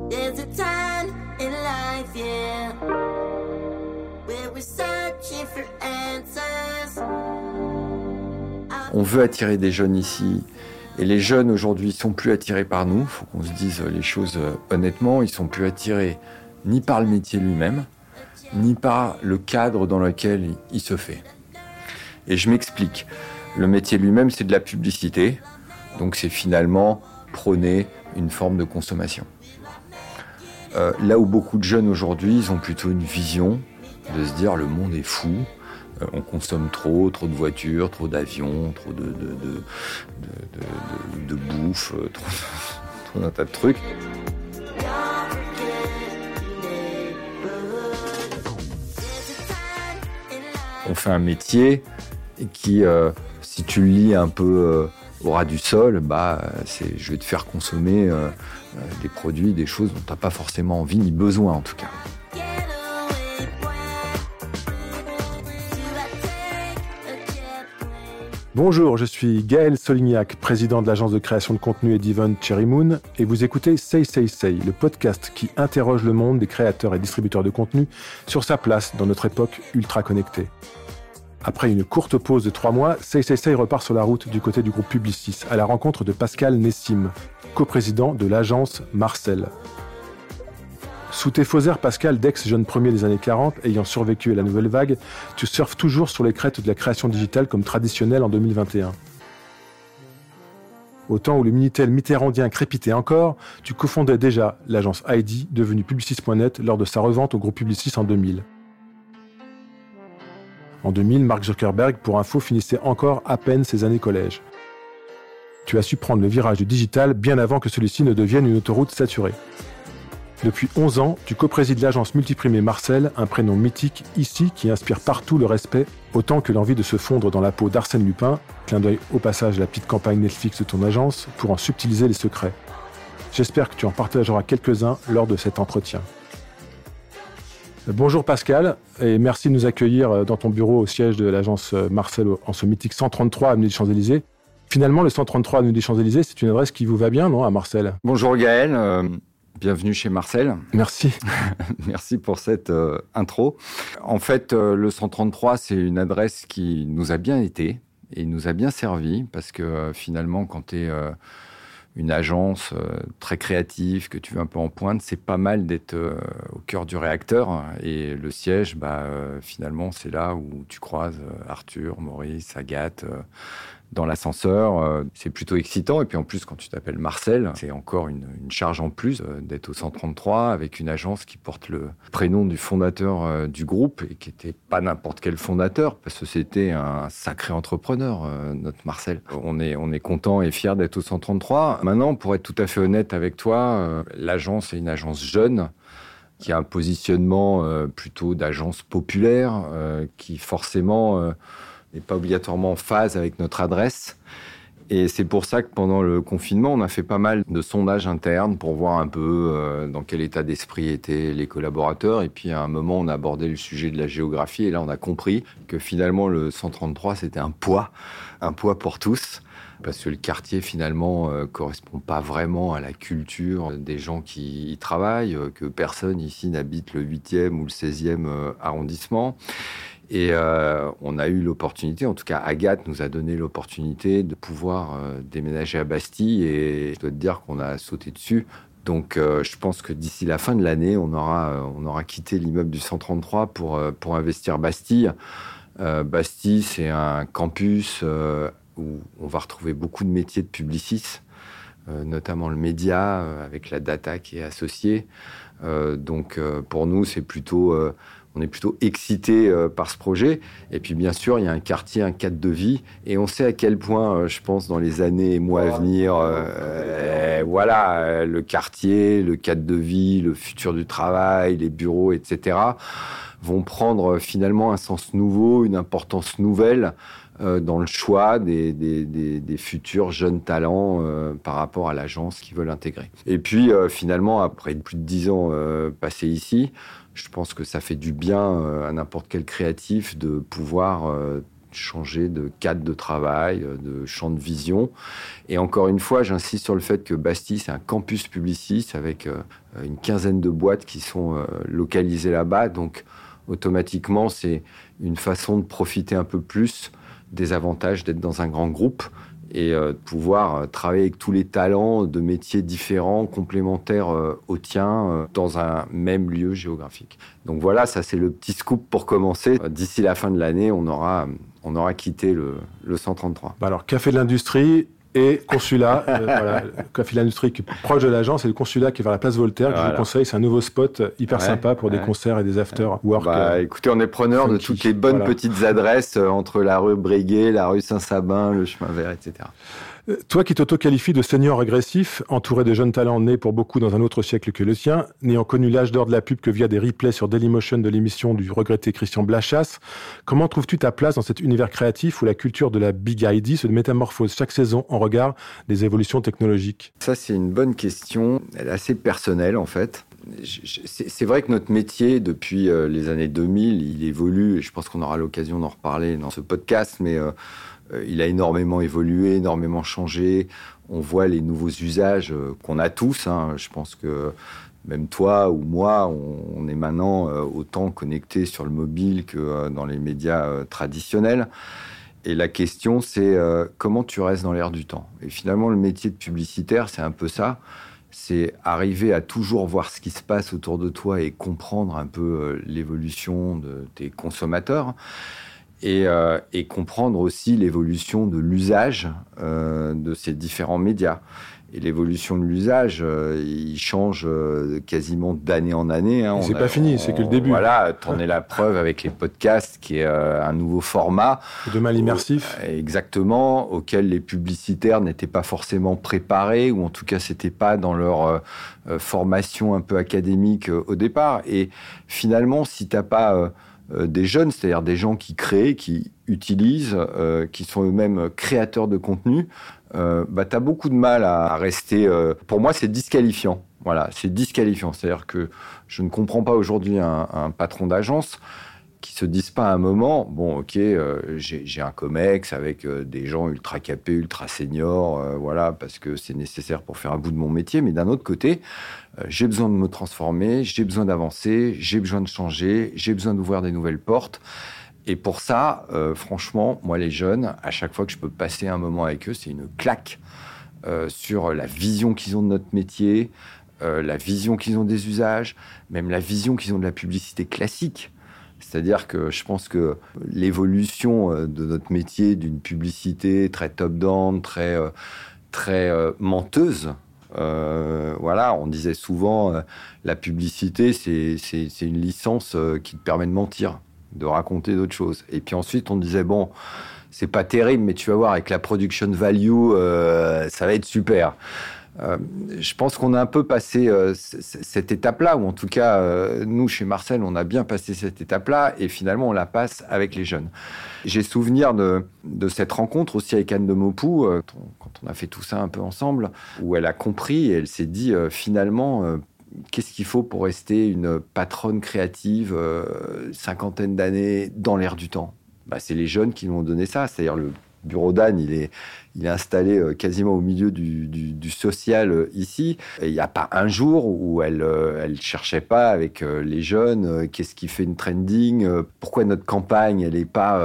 There's a time in life, yeah, where we're searching for answers. On veut attirer des jeunes ici. Et les jeunes aujourd'hui sont plus attirés par nous. Il faut qu'on se dise les choses honnêtement. Ils sont plus attirés ni par le métier lui-même, ni par le cadre dans lequel il se fait. Et je m'explique. Le métier lui-même, c'est de la publicité. Donc c'est finalement prôner une forme de consommation. Là où beaucoup de jeunes aujourd'hui, ils ont plutôt une vision de se dire le monde est fou, on consomme trop de voitures, trop d'avions, trop de bouffe, trop d'un tas de trucs. On fait un métier qui, si tu le lis un peu au ras du sol, je vais te faire consommer des produits, des choses dont tu n'as pas forcément envie ni besoin en tout cas. Bonjour, je suis Gaël Solignac, président de l'agence de création de contenu et d'event Cherry Moon, et vous écoutez Say, le podcast qui interroge le monde des créateurs et distributeurs de contenu sur sa place dans notre époque ultra connectée. Après une courte pause de 3 mois, Say repart sur la route du côté du groupe Publicis, à la rencontre de Pascal Nessim, coprésident de l'agence Marcel. Sous tes faux airs, Pascal, d'ex-jeune premier des années 40, ayant survécu à la nouvelle vague, tu surfes toujours sur les crêtes de la création digitale comme traditionnelle en 2021. Au temps où le Minitel mitterrandien crépitait encore, tu cofondais déjà l'agence ID, devenue Publicis.net, lors de sa revente au groupe Publicis en 2000. En 2000, Mark Zuckerberg, pour info, finissait encore à peine ses années collège. Tu as su prendre le virage du digital bien avant que celui-ci ne devienne une autoroute saturée. Depuis 11 ans, tu coprésides l'agence multiprimée Marcel, un prénom mythique ici qui inspire partout le respect, autant que l'envie de se fondre dans la peau d'Arsène Lupin, clin d'œil au passage à la petite campagne Netflix de ton agence, pour en subtiliser les secrets. J'espère que tu en partageras quelques-uns lors de cet entretien. Bonjour Pascal, et merci de nous accueillir dans ton bureau au siège de l'agence Marcel en ce mythique 133 avenue des Champs-Élysées. Finalement, le 133 avenue des Champs-Élysées, c'est une adresse qui vous va bien, non, à Marcel ? Bonjour Gaël, bienvenue chez Marcel. Merci. Merci pour cette intro. En fait, le 133, c'est une adresse qui nous a bien été et nous a bien servi parce que finalement, quand tu es une agence très créative, que tu veux un peu en pointe, c'est pas mal d'être au cœur du réacteur. Et le siège, finalement, c'est là où tu croises Arthur, Maurice, Agathe dans l'ascenseur. C'est plutôt excitant. Et puis en plus, quand tu t'appelles Marcel, c'est encore une charge en plus d'être au 133 avec une agence qui porte le prénom du fondateur du groupe et qui n'était pas n'importe quel fondateur parce que c'était un sacré entrepreneur, notre Marcel. On est content et fier d'être au 133. Maintenant, pour être tout à fait honnête avec toi, l'agence est une agence jeune qui a un positionnement plutôt d'agence populaire qui forcément n'est pas obligatoirement en phase avec notre adresse. Et c'est pour ça que pendant le confinement, on a fait pas mal de sondages internes pour voir un peu dans quel état d'esprit étaient les collaborateurs. Et puis à un moment, on a abordé le sujet de la géographie. Et là, on a compris que finalement, le 133, c'était un poids pour tous. Parce que le quartier, finalement, correspond pas vraiment à la culture des gens qui y travaillent, que personne ici n'habite le 8e ou le 16e arrondissement. Et on a eu l'opportunité, en tout cas Agathe nous a donné l'opportunité de pouvoir déménager à Bastille et je dois te dire qu'on a sauté dessus. Donc je pense que d'ici la fin de l'année, on aura quitté l'immeuble du 133 pour investir Bastille. Bastille, c'est un campus où on va retrouver beaucoup de métiers de Publicis, notamment le média avec la data qui est associée. Donc pour nous, on est plutôt excités par ce projet. Et puis, bien sûr, il y a un quartier, un cadre de vie. Et on sait à quel point, je pense, dans les années et mois à venir, le quartier, le cadre de vie, le futur du travail, les bureaux, etc., vont prendre finalement un sens nouveau, une importance nouvelle dans le choix des futurs jeunes talents par rapport à l'agence qu'ils veulent intégrer. Et puis, finalement, après plus de 10 ans passés ici, je pense que ça fait du bien à n'importe quel créatif de pouvoir changer de cadre de travail, de champ de vision. Et encore une fois, j'insiste sur le fait que Bastille, c'est un campus Publicis avec une quinzaine de boîtes qui sont localisées là-bas. Donc, automatiquement, c'est une façon de profiter un peu plus des avantages d'être dans un grand groupe et de pouvoir travailler avec tous les talents de métiers différents, complémentaires aux tiens, dans un même lieu géographique. Donc voilà, ça c'est le petit scoop pour commencer. D'ici la fin de l'année, on aura quitté le 133. Alors, Café de l'Industrie et consulat. Voilà, Café de l'Industrie qui est proche de l'agence et le consulat qui est vers la place Voltaire, que je vous conseille. C'est un nouveau spot hyper sympa pour des concerts et des after-work. Écoutez, on est preneur de toutes les bonnes petites adresses entre la rue Breguet, la rue Saint-Sabin, le chemin vert, etc. Toi qui t'auto-qualifies de senior agressif, entouré de jeunes talents nés pour beaucoup dans un autre siècle que le sien, n'ayant connu l'âge d'or de la pub que via des replays sur Dailymotion de l'émission du regretté Christian Blachas, comment trouves-tu ta place dans cet univers créatif où la culture de la Big ID se métamorphose chaque saison en regard des évolutions technologiques ? Ça, c'est une bonne question. Elle est assez personnelle, en fait. C'est vrai que notre métier, depuis les années 2000, il évolue, et je pense qu'on aura l'occasion d'en reparler dans ce podcast, mais il a énormément évolué, énormément changé. On voit les nouveaux usages qu'on a tous. Je pense que même toi ou moi, on est maintenant autant connectés sur le mobile que dans les médias traditionnels. Et la question, c'est comment tu restes dans l'air du temps. Et finalement, le métier de publicitaire, c'est un peu ça. C'est arriver à toujours voir ce qui se passe autour de toi et comprendre un peu l'évolution de tes consommateurs. Et comprendre aussi l'évolution de l'usage de ces différents médias. Et l'évolution de l'usage, il change quasiment d'année en année. C'est pas fini, c'est que le début. Voilà, t'en es la preuve avec les podcasts, qui est un nouveau format. Demain l'immersif. Exactement, auquel les publicitaires n'étaient pas forcément préparés, ou en tout cas, c'était pas dans leur formation un peu académique au départ. Et finalement, si t'as pas des jeunes, c'est-à-dire des gens qui créent, qui utilisent, qui sont eux-mêmes créateurs de contenu, t'as beaucoup de mal à rester... pour moi, c'est disqualifiant. Voilà, c'est disqualifiant. C'est-à-dire que je ne comprends pas aujourd'hui un patron d'agence qui se dise pas à un moment, bon, ok, j'ai un comex avec des gens ultra capés, ultra seniors, voilà, parce que c'est nécessaire pour faire un bout de mon métier. Mais d'un autre côté, j'ai besoin de me transformer, j'ai besoin d'avancer, j'ai besoin de changer, j'ai besoin d'ouvrir des nouvelles portes. Et pour ça, franchement, moi, les jeunes, à chaque fois que je peux passer un moment avec eux, c'est une claque sur la vision qu'ils ont de notre métier, la vision qu'ils ont des usages, même la vision qu'ils ont de la publicité classique. C'est-à-dire que je pense que l'évolution de notre métier, d'une publicité très top-down, très menteuse, voilà, on disait souvent la publicité, c'est une licence qui te permet de mentir, de raconter d'autres choses. Et puis ensuite, on disait, bon, c'est pas terrible, mais tu vas voir, avec la production value, ça va être super. Je pense qu'on a un peu passé cette étape-là, ou en tout cas, nous, chez Marcel, on a bien passé cette étape-là, et finalement, on la passe avec les jeunes. J'ai souvenir de cette rencontre aussi avec Anne de Maupoux, quand on a fait tout ça un peu ensemble, où elle a compris, et elle s'est dit, finalement... qu'est-ce qu'il faut pour rester une patronne créative, cinquantaine d'années, dans l'air du temps ? C'est les jeunes qui nous ont donné ça. C'est-à-dire le bureau d'Anne, il est installé quasiment au milieu du social ici. Et il n'y a pas un jour où elle cherchait pas avec les jeunes qu'est-ce qui fait une trending, pourquoi notre campagne elle n'est pas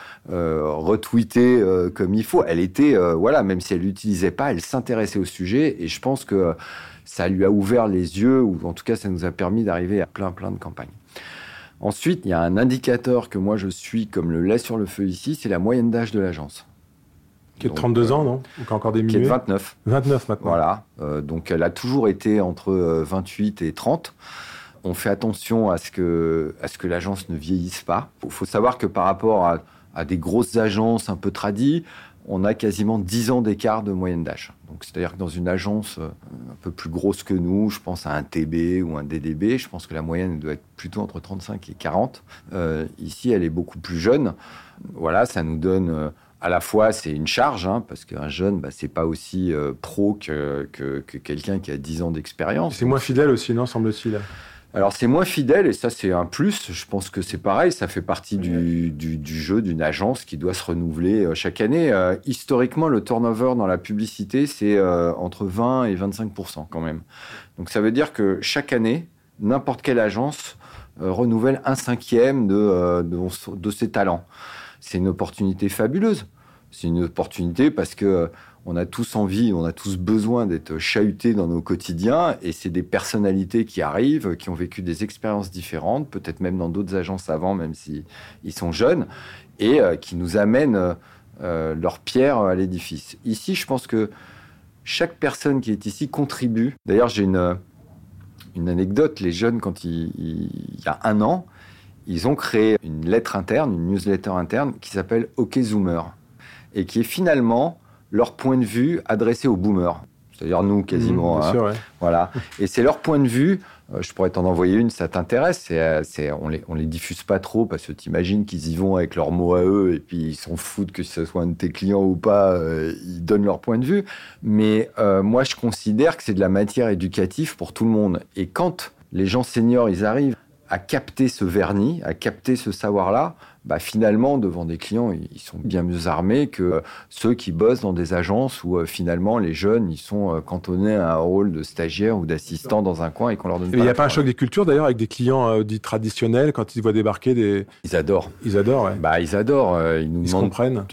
retweetée comme il faut. Elle était, voilà, même si elle l'utilisait pas, elle s'intéressait au sujet. Et je pense que ça lui a ouvert les yeux, ou en tout cas, ça nous a permis d'arriver à plein de campagnes. Ensuite, il y a un indicateur que moi je suis comme le lait sur le feu ici, c'est la moyenne d'âge de l'agence. Qui est de 32 ans, non ? Ou qui a encore diminué ? Qui est de 29. 29 maintenant. Voilà. Donc elle a toujours été entre 28 et 30. On fait attention à ce que l'agence ne vieillisse pas. Il faut savoir que par rapport à des grosses agences un peu tradies, on a quasiment 10 ans d'écart de moyenne d'âge. Donc, c'est-à-dire que dans une agence un peu plus grosse que nous, je pense à un TB ou un DDB, je pense que la moyenne doit être plutôt entre 35 et 40. Ici, elle est beaucoup plus jeune. Voilà, ça nous donne... à la fois, c'est une charge, parce qu'un jeune, c'est pas aussi pro que quelqu'un qui a 10 ans d'expérience. C'est moins fidèle aussi, non, semble-t-il ? Alors, c'est moins fidèle et ça, c'est un plus. Je pense que c'est pareil. Ça fait partie du jeu d'une agence qui doit se renouveler chaque année. Historiquement, le turnover dans la publicité, c'est entre 20 et 25% quand même. Donc, ça veut dire que chaque année, n'importe quelle agence renouvelle 1/5 de ses talents. C'est une opportunité fabuleuse. C'est une opportunité parce que on a tous envie, on a tous besoin d'être chahutés dans nos quotidiens et c'est des personnalités qui arrivent, qui ont vécu des expériences différentes, peut-être même dans d'autres agences avant, même s'ils sont jeunes, et qui nous amènent leur pierre à l'édifice. Ici, je pense que chaque personne qui est ici contribue. D'ailleurs, j'ai une anecdote. Les jeunes, quand il y a 1 an, ils ont créé une lettre interne, une newsletter interne qui s'appelle OK Zoomer et qui est finalement leur point de vue adressé aux boomers, c'est-à-dire nous quasiment. Bien sûr, ouais. Voilà. Et c'est leur point de vue. Je pourrais t'en envoyer une, ça t'intéresse. On les diffuse pas trop parce que t'imagines qu'ils y vont avec leurs mots à eux et puis ils s'en foutent que ce soit un de tes clients ou pas. Ils donnent leur point de vue. Mais moi, je considère que c'est de la matière éducative pour tout le monde. Et quand les gens seniors, ils arrivent à capter ce vernis, à capter ce savoir-là, finalement, devant des clients, ils sont bien mieux armés que ceux qui bossent dans des agences où, finalement, les jeunes, ils sont cantonnés à un rôle de stagiaire ou d'assistant dans un coin et qu'on leur donne pas. Il n'y a pas un choc des cultures, d'ailleurs, avec des clients dits traditionnels, quand ils voient débarquer des... Ils adorent. Ils adorent, ouais. Ils adorent. Ils nous se demandent... comprennent.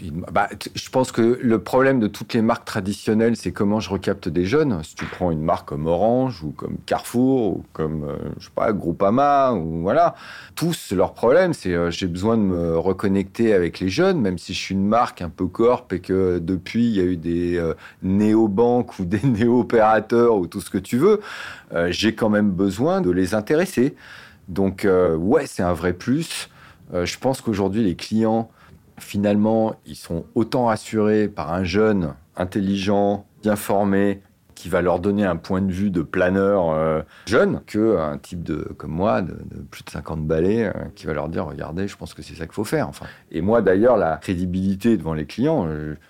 Je pense que le problème de toutes les marques traditionnelles, c'est comment je recapte des jeunes. Si tu prends une marque comme Orange ou comme Carrefour ou comme, Groupama, ou voilà. Tous, leur problème, c'est j'ai besoin de me reconnecter avec les jeunes, même si je suis une marque un peu corp et que depuis, il y a eu des néo-banques ou des néo-opérateurs ou tout ce que tu veux, j'ai quand même besoin de les intéresser. Donc, c'est un vrai plus. Je pense qu'aujourd'hui, les clients, finalement, ils sont autant rassurés par un jeune intelligent, bien formé, qui va leur donner un point de vue de planeur jeune, qu'un type comme moi, de plus de 50 balais, qui va leur dire « Regardez, je pense que c'est ça qu'il faut faire. » Enfin, et moi, d'ailleurs, la crédibilité devant les clients,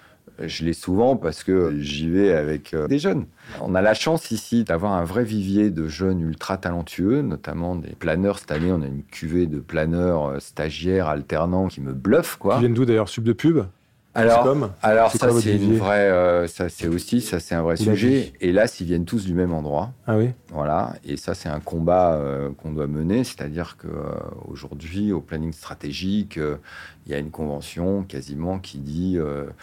je l'ai souvent parce que j'y vais avec des jeunes. On a la chance ici d'avoir un vrai vivier de jeunes ultra talentueux, notamment des planeurs. Cette année, on a une cuvée de planeurs stagiaires, alternants qui me bluffent, quoi. Qui viennent d'où, d'ailleurs? Sub de pub? Alors ça, c'est une vraie, ça c'est un vrai sujet. Et là, ils viennent tous du même endroit. Ah oui. Voilà. Et ça, c'est un combat qu'on doit mener. C'est-à-dire que aujourd'hui, au planning stratégique, il y a une convention quasiment qui dit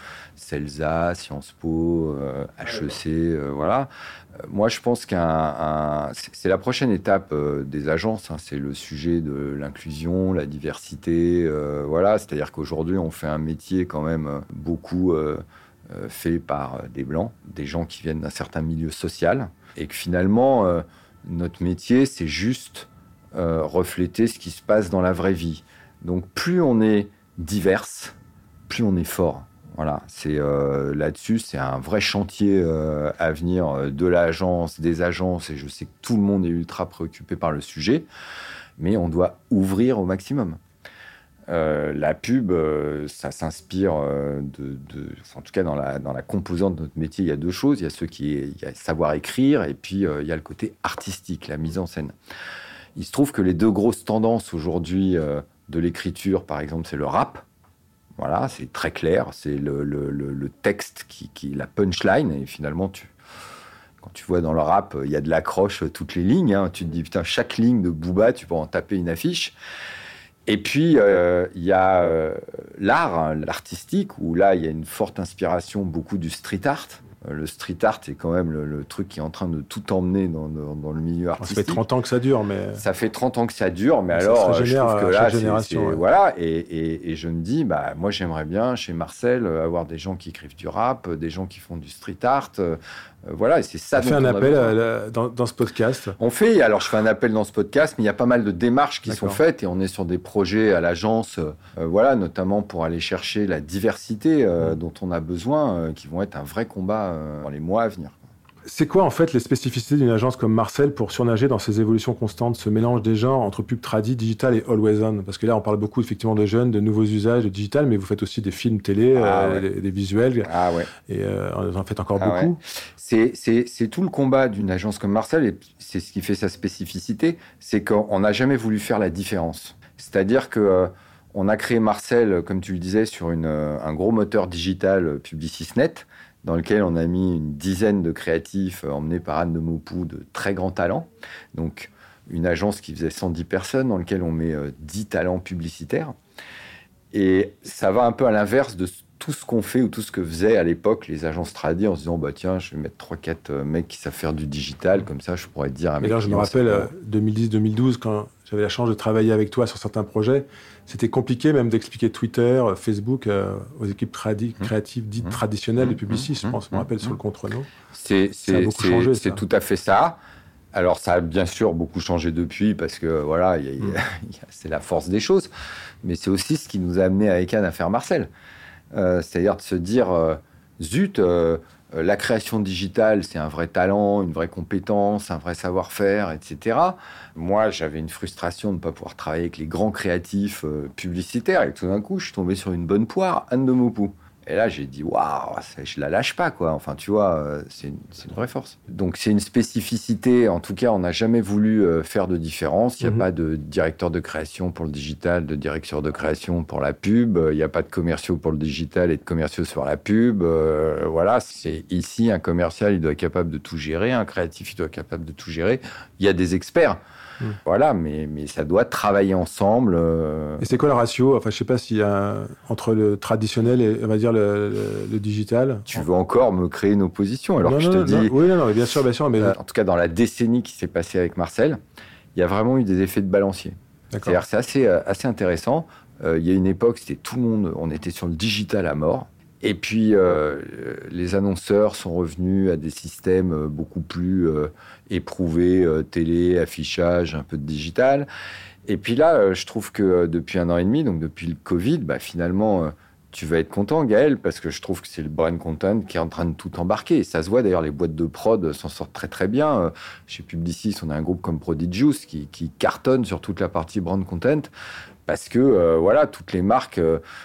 CELSA, Sciences Po, HEC, voilà. Moi, je pense c'est la prochaine étape des agences. C'est le sujet de l'inclusion, la diversité. Voilà. C'est-à-dire qu'aujourd'hui, on fait un métier quand même beaucoup fait par des Blancs, des gens qui viennent d'un certain milieu social. Et que finalement, notre métier, c'est juste refléter ce qui se passe dans la vraie vie. Donc, plus on est diverse, plus on est fort. Voilà, là-dessus, c'est un vrai chantier à venir de l'agence, des agences, et je sais que tout le monde est ultra préoccupé par le sujet, mais on doit ouvrir au maximum. La pub, ça s'inspire en tout cas dans la composante de notre métier, il y a 2 choses. Il y a savoir écrire, et puis il y a le côté artistique, la mise en scène. Il se trouve que les 2 grosses tendances aujourd'hui de l'écriture, par exemple, c'est le rap. Voilà, c'est très clair, c'est le texte qui la punchline, et finalement, quand tu vois dans le rap, il y a de l'accroche toutes les lignes, hein, tu te dis, putain, chaque ligne de Booba, tu peux en taper une affiche. Et puis, il y a l'art, hein, l'artistique, où là, il y a une forte inspiration, beaucoup du street art. Le street art, c'est quand même le truc qui est en train de tout emmener dans le milieu artistique. Ça fait 30 ans que ça dure, mais... Ça fait 30 ans que ça dure, mais alors, je trouve que là, ouais. Voilà, et je me dis, moi, j'aimerais bien, chez Marcel, avoir des gens qui écrivent du rap, des gens qui font du street art, voilà, et c'est ça. On fait un appel dans ce podcast. Alors je fais un appel dans ce podcast, mais il y a pas mal de démarches qui sont faites, et on est sur des projets à l'agence, voilà, notamment pour aller chercher la diversité dont on a besoin, qui vont être un vrai combat dans les mois à venir. C'est quoi en fait les spécificités d'une agence comme Marcel pour surnager dans ces évolutions constantes, ce mélange des genres entre pub tradi, digital et always on? Parce que là, on parle beaucoup effectivement de jeunes, de nouveaux usages, de digital, mais vous faites aussi des films télé, des visuels, et vous en faites encore beaucoup. Ouais. C'est tout le combat d'une agence comme Marcel, et c'est ce qui fait sa spécificité, c'est qu'on n'a jamais voulu faire la différence. C'est-à-dire que on a créé Marcel, comme tu le disais, sur un gros moteur digital Publicis.net, dans lequel on a mis une dizaine de créatifs emmenés par Anne de Maupoux, de très grands talents. Donc, une agence qui faisait 110 personnes, dans laquelle on met 10 talents publicitaires. Et ça va un peu à l'inverse de tout ce qu'on fait ou tout ce que faisaient à l'époque les agences tradi en se disant, tiens, je vais mettre 3-4 mecs qui savent faire du digital, comme ça, je pourrais dire à mes clients. Je me rappelle, 2010-2012, quand j'avais la chance de travailler avec toi sur certains projets, c'était compliqué même d'expliquer Twitter, Facebook aux équipes créatives dites traditionnelles de Publicis, je pense, je me rappelle sur le contre-nom. Ça a beaucoup changé. C'est tout à fait ça. Alors, ça a bien sûr beaucoup changé depuis, parce que voilà, c'est la force des choses. Mais c'est aussi ce qui nous a amené avec Anne à faire Marcel. C'est-à-dire de se dire, zut, la création digitale, c'est un vrai talent, une vraie compétence, un vrai savoir-faire, etc. Moi, j'avais une frustration de ne pas pouvoir travailler avec les grands créatifs publicitaires. Et tout d'un coup, je suis tombé sur une bonne poire, Anne de Maupoux. Et là, j'ai dit, waouh, je la lâche pas, quoi. Enfin, tu vois, c'est une vraie force. Donc, c'est une spécificité. En tout cas, on n'a jamais voulu faire de différence. Il n'y a pas de directeur de création pour le digital, de directeur de création pour la pub. Il n'y a pas de commerciaux pour le digital et de commerciaux sur la pub. Voilà, c'est ici, un commercial, il doit être capable de tout gérer. Un créatif, il doit être capable de tout gérer. Il y a des experts. Voilà, mais ça doit travailler ensemble. Et c'est quoi le ratio? Enfin, je sais pas s'il y a entre le traditionnel et, on va dire, le digital. Tu veux encore me créer une opposition alors que je te dis... Oui, non, bien sûr. Mais... en tout cas, dans la décennie qui s'est passée avec Marcel, il y a vraiment eu des effets de balancier. C'est-à-dire, c'est assez intéressant. Il y a une époque, c'était tout le monde, on était sur le digital à mort. Et puis, les annonceurs sont revenus à des systèmes beaucoup plus éprouvés, télé, affichage, un peu de digital. Et puis là, je trouve que depuis 1 an et demi, donc depuis le Covid, finalement, tu vas être content, Gaël, parce que je trouve que c'est le brand content qui est en train de tout embarquer. Et ça se voit, d'ailleurs, les boîtes de prod s'en sortent très, très bien. Chez Publicis, on a un groupe comme Prodigious qui cartonne sur toute la partie brand content, parce que, voilà, toutes les marques...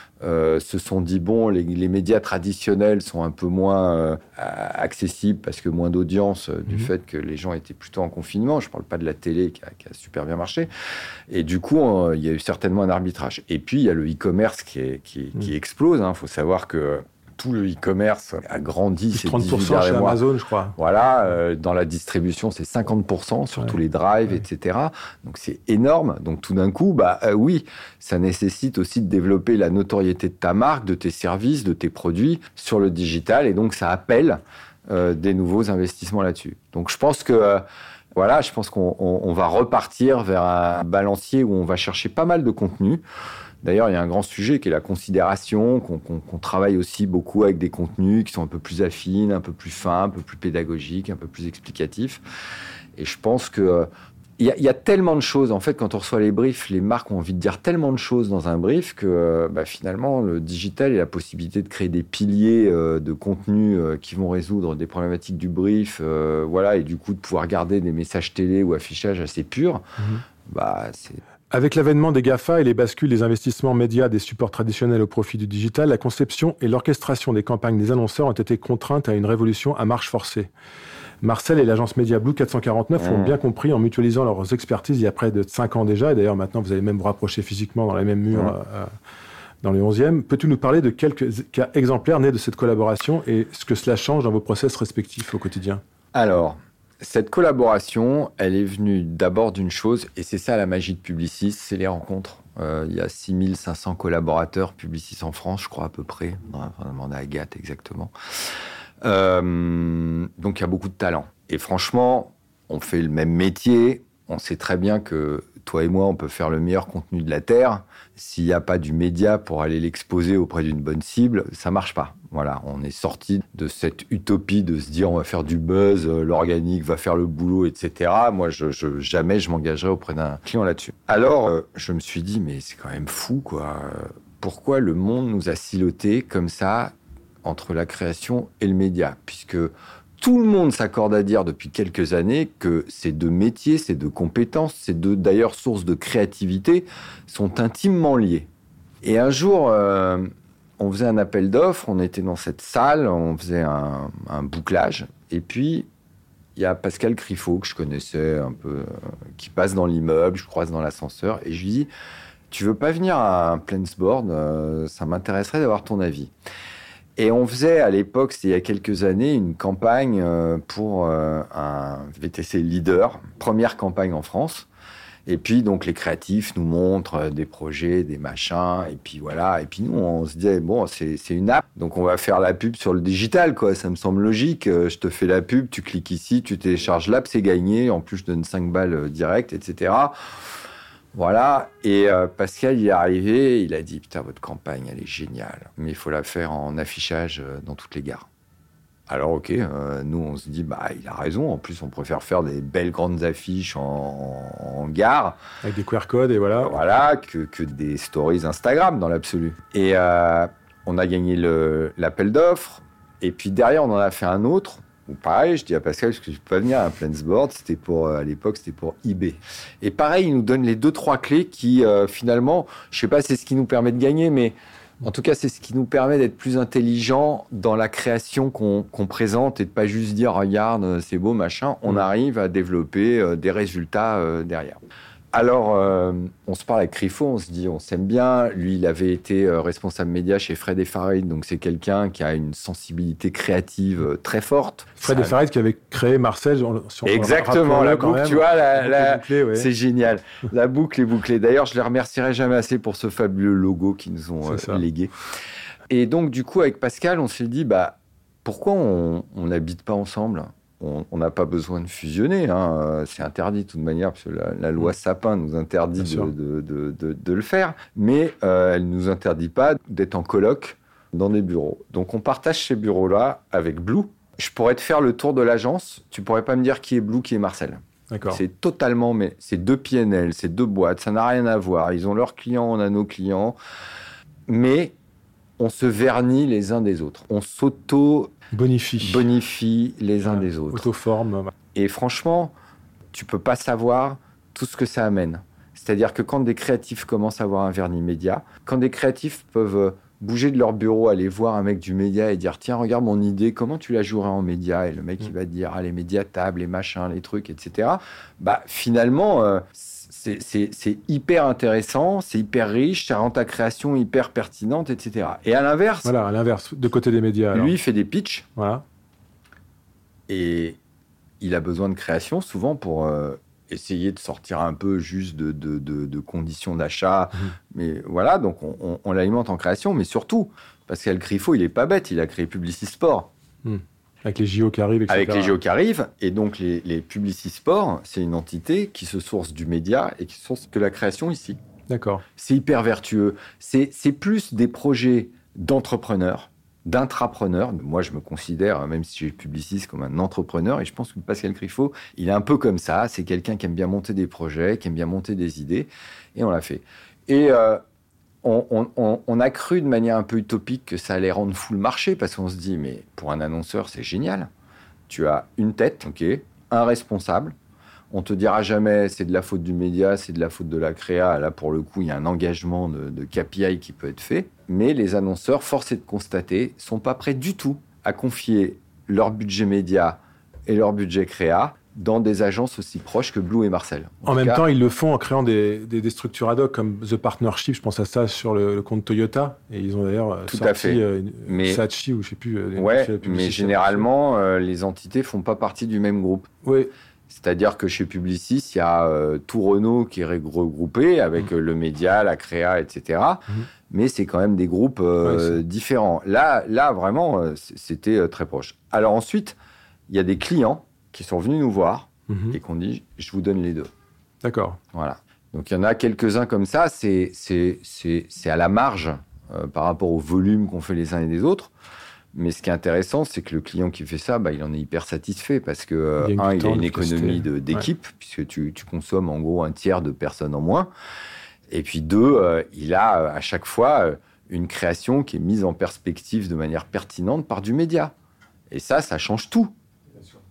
se sont dit, les médias traditionnels sont un peu moins accessibles parce que moins d'audience du fait que les gens étaient plutôt en confinement. Je ne parle pas de la télé qui a super bien marché. Et du coup, il y a eu certainement un arbitrage. Et puis, il y a le e-commerce qui explose. Il faut savoir que tout le e-commerce a grandi. C'est 30% chez Amazon, je crois. Voilà, dans la distribution, c'est 50% sur tous les drives, etc. Donc, c'est énorme. Donc, tout d'un coup, oui, ça nécessite aussi de développer la notoriété de ta marque, de tes services, de tes produits sur le digital. Et donc, ça appelle des nouveaux investissements là-dessus. Donc, je pense que... je pense qu'on va repartir vers un balancier où on va chercher pas mal de contenu. D'ailleurs, il y a un grand sujet qui est la considération, qu'on travaille aussi beaucoup avec des contenus qui sont un peu plus affines, un peu plus fins, un peu plus pédagogiques, un peu plus explicatifs. Et je pense que il y a tellement de choses. En fait, quand on reçoit les briefs, les marques ont envie de dire tellement de choses dans un brief que finalement, le digital et la possibilité de créer des piliers de contenu qui vont résoudre des problématiques du brief, et du coup de pouvoir garder des messages télé ou affichages assez purs, c'est... Avec l'avènement des GAFA et les bascules des investissements médias des supports traditionnels au profit du digital, la conception et l'orchestration des campagnes des annonceurs ont été contraintes à une révolution à marche forcée. Marcel et l'agence média Blue 449 l'ont bien compris en mutualisant leurs expertises il y a près de 5 ans déjà. Et d'ailleurs, maintenant, vous allez même vous rapprocher physiquement dans les mêmes murs dans le 11e. Peux-tu nous parler de quelques cas exemplaires nés de cette collaboration et ce que cela change dans vos process respectifs au quotidien? Alors... Cette collaboration, elle est venue d'abord d'une chose, et c'est ça la magie de Publicis, c'est les rencontres. Il y a 6500 collaborateurs Publicis en France, je crois à peu près. On va demander à Agathe exactement. Donc il y a beaucoup de talent. Et franchement, on fait le même métier. On sait très bien que toi et moi, on peut faire le meilleur contenu de la Terre. S'il n'y a pas du média pour aller l'exposer auprès d'une bonne cible, ça ne marche pas. Voilà, on est sorti de cette utopie de se dire on va faire du buzz, l'organique va faire le boulot, etc. Moi, jamais je m'engagerai auprès d'un client là-dessus. Alors, je me suis dit, mais c'est quand même fou, quoi. Pourquoi le monde nous a silotés comme ça entre la création et le média? Puisque tout le monde s'accorde à dire depuis quelques années que ces deux métiers, ces deux compétences, ces deux d'ailleurs sources de créativité sont intimement liées. Et un jour, on faisait un appel d'offres, on était dans cette salle, on faisait un bouclage, et puis il y a Pascal Criffo, que je connaissais un peu, qui passe dans l'immeuble, je croise dans l'ascenseur, et je lui dis « Tu veux pas venir à un Plansboard, ça m'intéresserait d'avoir ton avis. » Et on faisait à l'époque, c'était il y a quelques années, une campagne pour un VTC leader, première campagne en France. Et puis, donc, les créatifs nous montrent des projets, des machins, et puis voilà. Et puis nous, on se disait, bon, c'est une app, donc on va faire la pub sur le digital, quoi. Ça me semble logique. Je te fais la pub, tu cliques ici, tu télécharges l'app, c'est gagné. En plus, je donne 5 balles direct, etc. Voilà. Et Pascal, il est arrivé, il a dit, putain, votre campagne, elle est géniale, mais il faut la faire en affichage dans toutes les gares. Alors, ok, nous, on se dit, bah, il a raison. En plus, on préfère faire des belles grandes affiches en gare. Avec des QR codes et voilà. Voilà, que des stories Instagram dans l'absolu. Et on a gagné l'appel d'offres. Et puis derrière, on en a fait un autre. Où pareil, je dis à Pascal, parce que je ne peux pas venir à un Plansboard, c'était à l'époque, c'était pour eBay. Et pareil, il nous donne les 2-3 clés qui, finalement, je ne sais pas, c'est ce qui nous permet de gagner, mais en tout cas, c'est ce qui nous permet d'être plus intelligents dans la création qu'on présente et de pas juste dire, regarde, c'est beau, machin. On arrive à développer des résultats derrière. Alors, on se parle avec Criffo, on se dit, on s'aime bien. Lui, il avait été responsable média chez Fred et Farid, donc c'est quelqu'un qui a une sensibilité créative très forte. Fred et Farid qui avait créé Marcel. Exactement, la boucle, tu vois, bouclée, ouais. C'est génial. La boucle est bouclée. D'ailleurs, je les remercierai jamais assez pour ce fabuleux logo qu'ils nous ont légué. Et donc, du coup, avec Pascal, on s'est dit, bah, pourquoi on n'habite pas ensemble ? On n'a pas besoin de fusionner, hein. C'est interdit de toute manière, parce que la loi Sapin nous interdit de le faire, mais elle ne nous interdit pas d'être en coloc dans des bureaux. Donc on partage ces bureaux-là avec Blue. Je pourrais te faire le tour de l'agence, tu ne pourrais pas me dire qui est Blue, qui est Marcel. D'accord. C'est totalement, mais c'est deux PNL, c'est deux boîtes, ça n'a rien à voir. Ils ont leurs clients, on a nos clients, mais on se vernit les uns des autres. On bonifie les uns des autres. Autoforme. Et franchement, tu peux pas savoir tout ce que ça amène. C'est-à-dire que quand des créatifs commencent à avoir un vernis média, quand des créatifs peuvent bouger de leur bureau, aller voir un mec du média et dire « Tiens, regarde mon idée, comment tu la jouerais en média ?» Et le mec, il va te dire « Ah, les médias tables, les machins, les trucs, etc. » Bah, finalement, c'est hyper intéressant, c'est hyper riche, ça rend ta création hyper pertinente, etc. Et à l'inverse... Voilà, à l'inverse, de côté des médias. Alors. Lui, il fait des pitchs. Voilà. Et il a besoin de création, souvent, pour essayer de sortir un peu juste de conditions d'achat. Mais voilà, donc on l'alimente en création. Mais surtout, Pascal Criffo, il n'est pas bête, il a créé Publicisport. Avec les JO qui arrivent, etc. Avec les JO qui arrivent. Et donc, les Publicisport, c'est une entité qui se source du média et qui se source de la création ici. D'accord. C'est hyper vertueux. C'est plus des projets d'entrepreneurs, d'intrapreneurs. Moi, je me considère, même si je suis publiciste, comme un entrepreneur. Et je pense que Pascal Criffo, il est un peu comme ça. C'est quelqu'un qui aime bien monter des projets, qui aime bien monter des idées. Et on l'a fait. Et on a cru de manière un peu utopique que ça allait rendre fou le marché, parce qu'on se dit, mais pour un annonceur, c'est génial. Tu as une tête, un responsable. On te dira jamais, c'est de la faute du média, c'est de la faute de la créa. Là, pour le coup, il y a un engagement de KPI qui peut être fait. Mais les annonceurs, force est de constater, sont pas prêts du tout à confier leur budget média et leur budget créa dans des agences aussi proches que Blue et Marcel. En même temps, ils le font en créant des structures ad hoc comme The Partnership, je pense à ça sur le compte Toyota. Et ils ont d'ailleurs sorti Saatchi, ou je ne sais plus. Mais généralement, les entités ne font pas partie du même groupe. Oui. C'est-à-dire que chez Publicis, il y a tout Renault qui est regroupé avec le média, la créa, etc. Mais c'est quand même des groupes différents. Là, vraiment, c'était très proche. Alors ensuite, il y a des clients qui sont venus nous voir et qu'on dit « je vous donne les deux ». D'accord. Voilà. Donc il y en a quelques-uns comme ça, c'est à la marge par rapport au volume qu'on fait les uns et les autres. Mais ce qui est intéressant, c'est que le client qui fait ça, il en est hyper satisfait parce que, il a une économie d'équipe, puisque tu consommes en gros un tiers de personnes en moins. Et puis deux, il a à chaque fois une création qui est mise en perspective de manière pertinente par du média. Et ça change tout.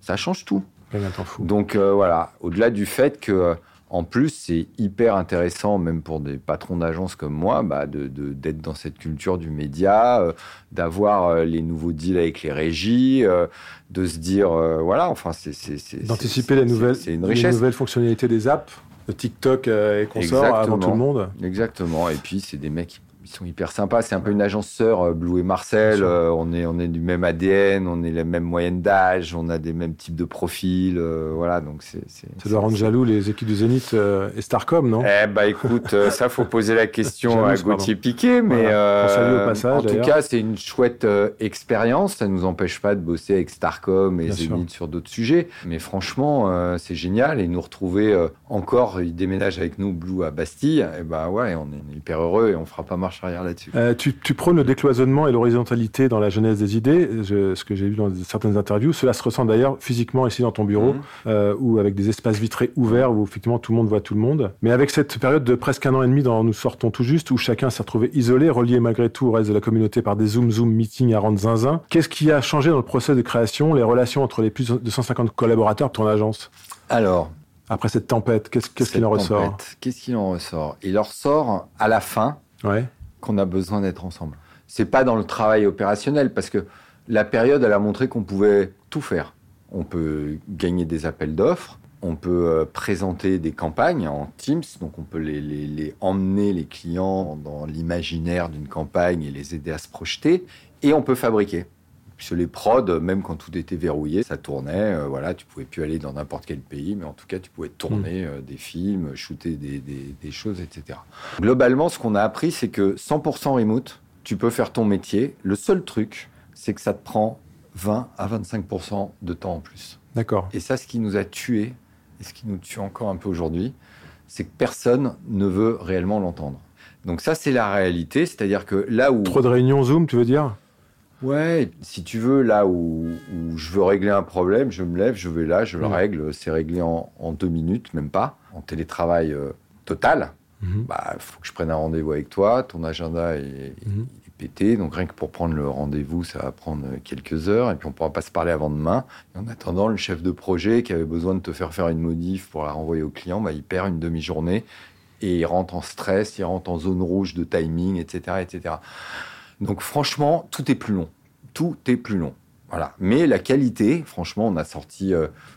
Ça change tout. Gagner un temps fou. Donc voilà, au-delà du fait que, en plus, c'est hyper intéressant, même pour des patrons d'agence comme moi, d'être dans cette culture du média, d'avoir les nouveaux deals avec les régies, de se dire, d'anticiper les nouvelles fonctionnalités des apps, de TikTok et consorts avant tout le monde. Exactement. Et puis, c'est des mecs... Ils sont hyper sympas. C'est un peu une agence sœur, Blue et Marcel. On est du même ADN, on est la même moyenne d'âge, on a des mêmes types de profils. Voilà, donc ça doit rendre jaloux les équipes du Zénith et Starcom, non ? Écoute, ça, faut poser la question à Gauthier Piquet. Mais au passage, en tout cas, c'est une chouette expérience. Ça ne nous empêche pas de bosser avec Starcom et Zénith sur d'autres sujets. Mais franchement, c'est génial. Et nous retrouver encore, ils déménagent avec nous, Blue, à Bastille. Et on est hyper heureux et on fera pas marche arrière là-dessus. Tu prônes le décloisonnement et l'horizontalité dans la genèse des idées, ce que j'ai vu dans certaines interviews. Cela se ressent d'ailleurs physiquement ici dans ton bureau, ou avec des espaces vitrés ouverts où effectivement tout le monde voit tout le monde. Mais avec cette période de presque 1 an et demi dont nous sortons tout juste, où chacun s'est retrouvé isolé, relié malgré tout au reste de la communauté par des Zoom meetings à rendre zinzin, qu'est-ce qui a changé dans le process de création, les relations entre les plus de 150 collaborateurs de ton agence ? Alors, après cette tempête, qu'est-ce qu'il en ressort ? Qu'est-ce qu'il en ressort ? Il en ressort à la fin qu'on a besoin d'être ensemble. C'est pas dans le travail opérationnel, parce que la période, elle a montré qu'on pouvait tout faire. On peut gagner des appels d'offres, on peut présenter des campagnes en Teams, donc on peut les emmener, les clients, dans l'imaginaire d'une campagne et les aider à se projeter, et on peut fabriquer. Sur les prods, même quand tout était verrouillé, ça tournait, tu pouvais plus aller dans n'importe quel pays, mais en tout cas, tu pouvais tourner des films, shooter des choses, etc. Globalement, ce qu'on a appris, c'est que 100% remote, tu peux faire ton métier. Le seul truc, c'est que ça te prend 20 à 25% de temps en plus. D'accord. Et ça, ce qui nous a tués, et ce qui nous tue encore un peu aujourd'hui, c'est que personne ne veut réellement l'entendre. Donc ça, c'est la réalité, c'est-à-dire que là où... Trop de réunions Zoom, tu veux dire ? Ouais, si tu veux, là où je veux régler un problème, je me lève, je vais là, je le règle, c'est réglé en 2 minutes, même pas, en télétravail total. Faut que je prenne un rendez-vous avec toi, ton agenda est pété, donc rien que pour prendre le rendez-vous, ça va prendre quelques heures, et puis on pourra pas se parler avant demain. Et en attendant, le chef de projet qui avait besoin de te faire une modif pour la renvoyer au client, il perd une demi-journée, et il rentre en stress, il rentre en zone rouge de timing, etc., etc. Donc franchement, tout est plus long. Tout est plus long. Voilà. Mais la qualité, franchement, on a sorti,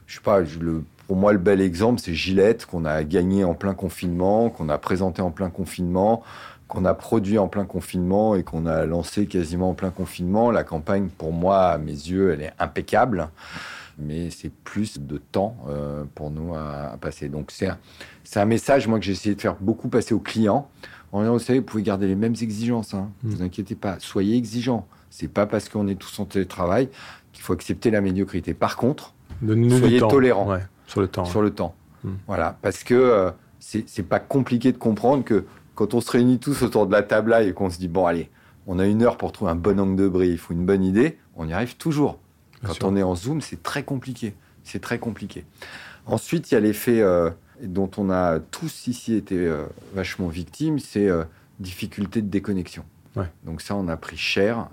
pour moi, le bel exemple, c'est Gillette, qu'on a gagné en plein confinement, qu'on a présenté en plein confinement, qu'on a produit en plein confinement et qu'on a lancé quasiment en plein confinement. La campagne, pour moi, à mes yeux, elle est impeccable. Mais c'est plus de temps pour nous à passer. Donc c'est un message, moi, que j'ai essayé de faire beaucoup passer aux clients. Vous savez, vous pouvez garder les mêmes exigences. Ne vous inquiétez pas. Soyez exigeants. C'est pas parce qu'on est tous en télétravail qu'il faut accepter la médiocrité. Par contre, soyez tolérants sur le temps. Sur le temps. Voilà, parce que c'est pas compliqué de comprendre que quand on se réunit tous autour de la table là et qu'on se dit bon allez, on a 1 heure pour trouver un bon angle de brief ou une bonne idée, on y arrive toujours. Quand on est en Zoom, c'est très compliqué. C'est très compliqué. Ensuite, il y a l'effet dont on a tous ici été vachement victimes, c'est difficulté de déconnexion. Donc ça, on a pris cher.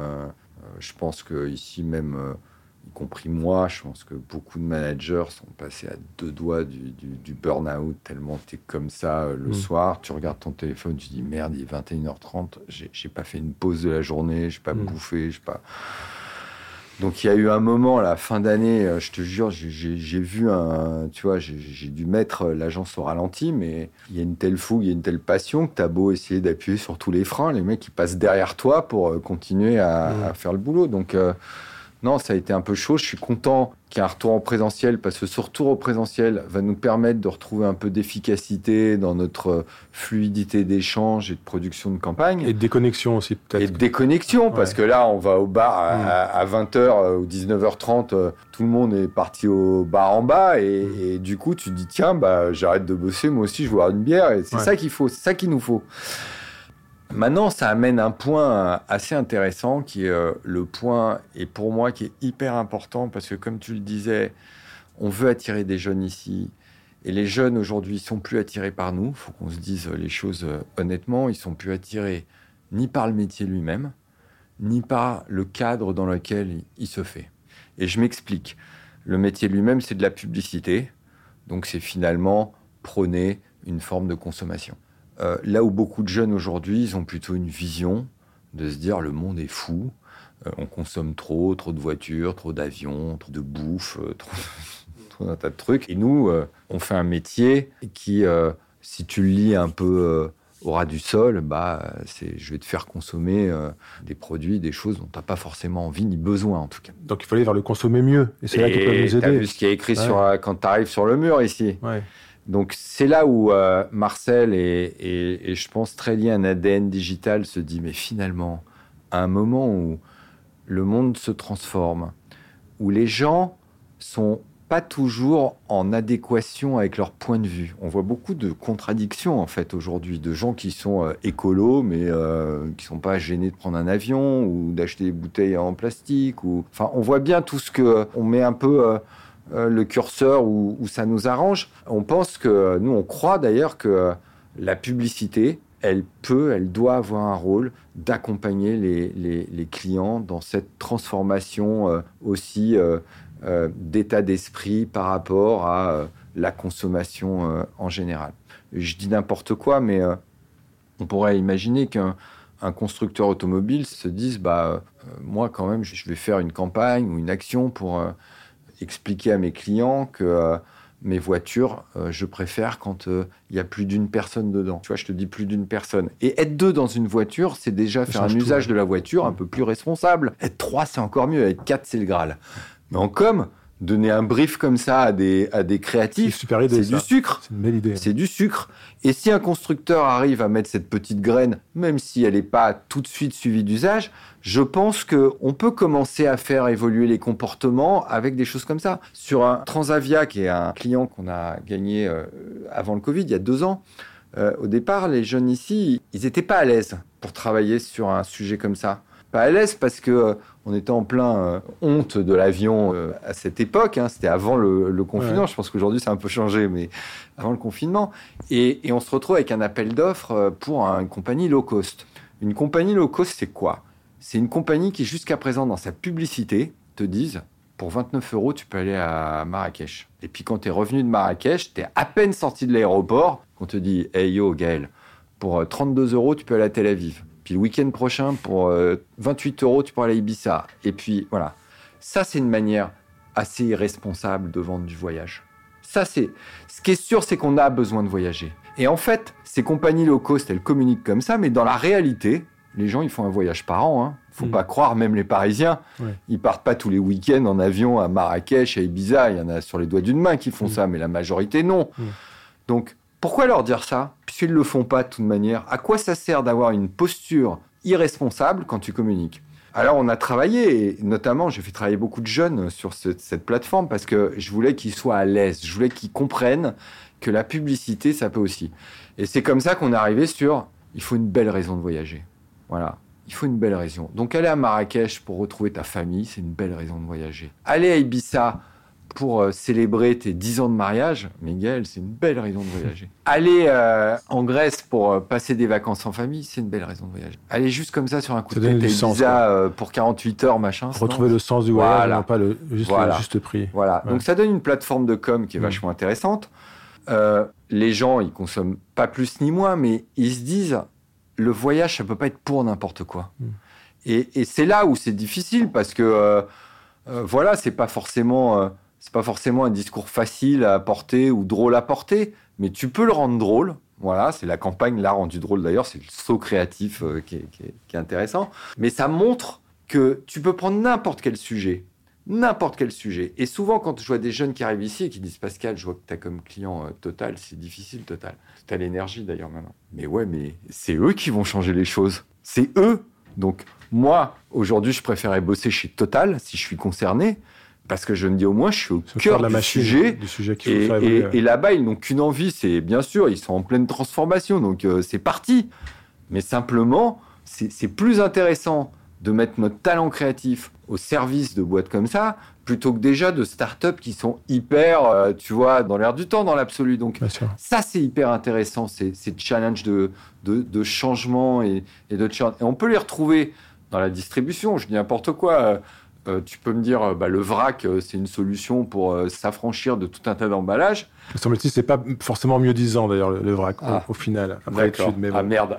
Je pense que ici même, y compris moi, je pense que beaucoup de managers sont passés à 2 doigts du burn-out, tellement tu es comme ça le soir, tu regardes ton téléphone, tu dis merde, il est 21h30, j'ai pas fait une pause de la journée, j'ai pas bouffé, j'ai pas... Donc il y a eu un moment, à la fin d'année, je te jure, j'ai vu j'ai dû mettre l'agence au ralenti, mais il y a une telle fougue, il y a une telle passion que t'as beau essayer d'appuyer sur tous les freins, les mecs ils passent derrière toi pour continuer à faire le boulot. Donc non, ça a été un peu chaud. Je suis content qu'il y ait un retour en présentiel, parce que ce retour au présentiel va nous permettre de retrouver un peu d'efficacité dans notre fluidité d'échange et de production de campagne. Et de déconnexion aussi, peut-être. Et de déconnexion, parce que là, on va au bar à 20h ou 19h30, tout le monde est parti au bar en bas, et du coup, tu te dis, tiens, j'arrête de bosser, moi aussi, je vais boire une bière, et c'est ça qu'il faut, c'est ça qu'il nous faut. Maintenant, ça amène un point assez intéressant qui est le point, et pour moi, qui est hyper important, parce que comme tu le disais, on veut attirer des jeunes ici, et les jeunes aujourd'hui ne sont plus attirés par nous, il faut qu'on se dise les choses honnêtement, ils ne sont plus attirés ni par le métier lui-même, ni par le cadre dans lequel il se fait. Et je m'explique. Le métier lui-même, c'est de la publicité. Donc, c'est finalement prôner une forme de consommation. Là où beaucoup de jeunes aujourd'hui, ils ont plutôt une vision de se dire le monde est fou, on consomme trop de voitures, trop d'avions, trop de bouffe, trop d'un tas de trucs. Et nous, on fait un métier qui, si tu le lis un peu au ras du sol, je vais te faire consommer des produits, des choses dont tu n'as pas forcément envie ni besoin en tout cas. Donc il faut aller vers le consommer mieux. Et c'est là qu'ils peuvent nous aider. Tu as vu ce qui est écrit quand tu arrives sur le mur ici. Ouais. Donc c'est là où Marcel est, je pense, très lié à un ADN digital, se dit, mais finalement, à un moment où le monde se transforme, où les gens sont pas toujours en adéquation avec leur point de vue. On voit beaucoup de contradictions, en fait, aujourd'hui, de gens qui sont écolos, mais qui sont pas gênés de prendre un avion ou d'acheter des bouteilles en plastique. Enfin, on voit bien tout ce que... On met un peu le curseur où ça nous arrange. On pense que... Nous, on croit d'ailleurs que la publicité, elle doit avoir un rôle d'accompagner les clients dans cette transformation aussi... d'état d'esprit par rapport à la consommation en général. Je dis n'importe quoi, mais on pourrait imaginer qu'un constructeur automobile se dise moi, quand même, je vais faire une campagne ou une action pour expliquer à mes clients que mes voitures, je préfère quand il y a plus d'une personne dedans. Tu vois, je te dis plus d'une personne. Et être 2 dans une voiture, c'est déjà faire un usage de la voiture un peu plus responsable. Être 3, c'est encore mieux. Être 4, c'est le Graal. Mais en com, donner un brief comme ça à des créatifs, c'est du sucre. C'est une belle idée. C'est du sucre. Et si un constructeur arrive à mettre cette petite graine, même si elle n'est pas tout de suite suivie d'usage, je pense qu'on peut commencer à faire évoluer les comportements avec des choses comme ça. Sur un Transavia, qui est un client qu'on a gagné avant le Covid, il y a 2 ans, au départ, les jeunes ici, ils n'étaient pas à l'aise pour travailler sur un sujet comme ça. Pas à l'aise parce que on était en plein honte de l'avion à cette époque. C'était avant le confinement. Ouais. Je pense qu'aujourd'hui, ça a un peu changé, mais avant le confinement. Et on se retrouve avec un appel d'offres pour une compagnie low cost. Une compagnie low cost, c'est quoi ? C'est une compagnie qui, jusqu'à présent, dans sa publicité, te dise pour 29 €, tu peux aller à Marrakech. Et puis, quand tu es revenu de Marrakech, tu es à peine sorti de l'aéroport, on te dit « Hey yo, Gaël, pour 32 €, tu peux aller à Tel Aviv. » Puis le week-end prochain, pour 28 €, tu pourras aller à Ibiza. Et puis, voilà. Ça, c'est une manière assez irresponsable de vendre du voyage. Ça, c'est... Ce qui est sûr, c'est qu'on a besoin de voyager. Et en fait, ces compagnies low cost, elles communiquent comme ça, mais dans la réalité, les gens, ils font un voyage par an. Faut pas croire, même les Parisiens, ils partent pas tous les week-ends en avion à Marrakech, à Ibiza. Il y en a sur les doigts d'une main qui font ça, mais la majorité, non. Donc, pourquoi leur dire ça ? Puisqu'ils ne le font pas de toute manière. À quoi ça sert d'avoir une posture irresponsable quand tu communiques ? Alors, on a travaillé, et notamment, j'ai fait travailler beaucoup de jeunes sur cette plateforme parce que je voulais qu'ils soient à l'aise. Je voulais qu'ils comprennent que la publicité, ça peut aussi. Et c'est comme ça qu'on est arrivé sur « il faut une belle raison de voyager ». Voilà, il faut une belle raison. Donc, aller à Marrakech pour retrouver ta famille, c'est une belle raison de voyager. Aller à Ibiza pour célébrer tes 10 ans de mariage, Miguel, c'est une belle raison de voyager. Aller en Grèce pour passer des vacances en famille, c'est une belle raison de voyager. Aller juste comme ça sur un coup de tête à Ibiza pour 48 heures, machin. Retrouver le sens du voyage, non pas le juste prix. Voilà, donc ça donne une plateforme de com qui est vachement intéressante. Les gens, ils consomment pas plus ni moins, mais ils se disent, le voyage, ça peut pas être pour n'importe quoi. Et c'est là où c'est difficile, parce que, c'est pas forcément... C'est pas forcément un discours facile à porter ou drôle à porter, mais tu peux le rendre drôle. Voilà, c'est la campagne l'a rendu drôle d'ailleurs, c'est le saut créatif qui est intéressant. Mais ça montre que tu peux prendre n'importe quel sujet. Et souvent, quand je vois des jeunes qui arrivent ici et qui disent « Pascal, je vois que tu as comme client Total, c'est difficile Total. Total Énergie d'ailleurs maintenant. » Mais ouais, mais c'est eux qui vont changer les choses. C'est eux. Donc moi, aujourd'hui, je préférais bosser chez Total si je suis concerné. Parce que je me dis, au moins, je suis au cœur du sujet et là-bas, ils n'ont qu'une envie, c'est bien sûr, ils sont en pleine transformation, donc c'est parti. Mais simplement, c'est plus intéressant de mettre notre talent créatif au service de boîtes comme ça, plutôt que déjà de startups qui sont hyper, dans l'air du temps, dans l'absolu. Donc ça, c'est hyper intéressant, ces challenges de changement et de challenge. Et on peut les retrouver dans la distribution, je dis n'importe quoi. tu peux me dire, le vrac, c'est une solution pour s'affranchir de tout un tas d'emballages. Me semble-t-il, c'est pas forcément mieux disant d'ailleurs le vrac au final. Après l'étude, mais bon. Ah merde.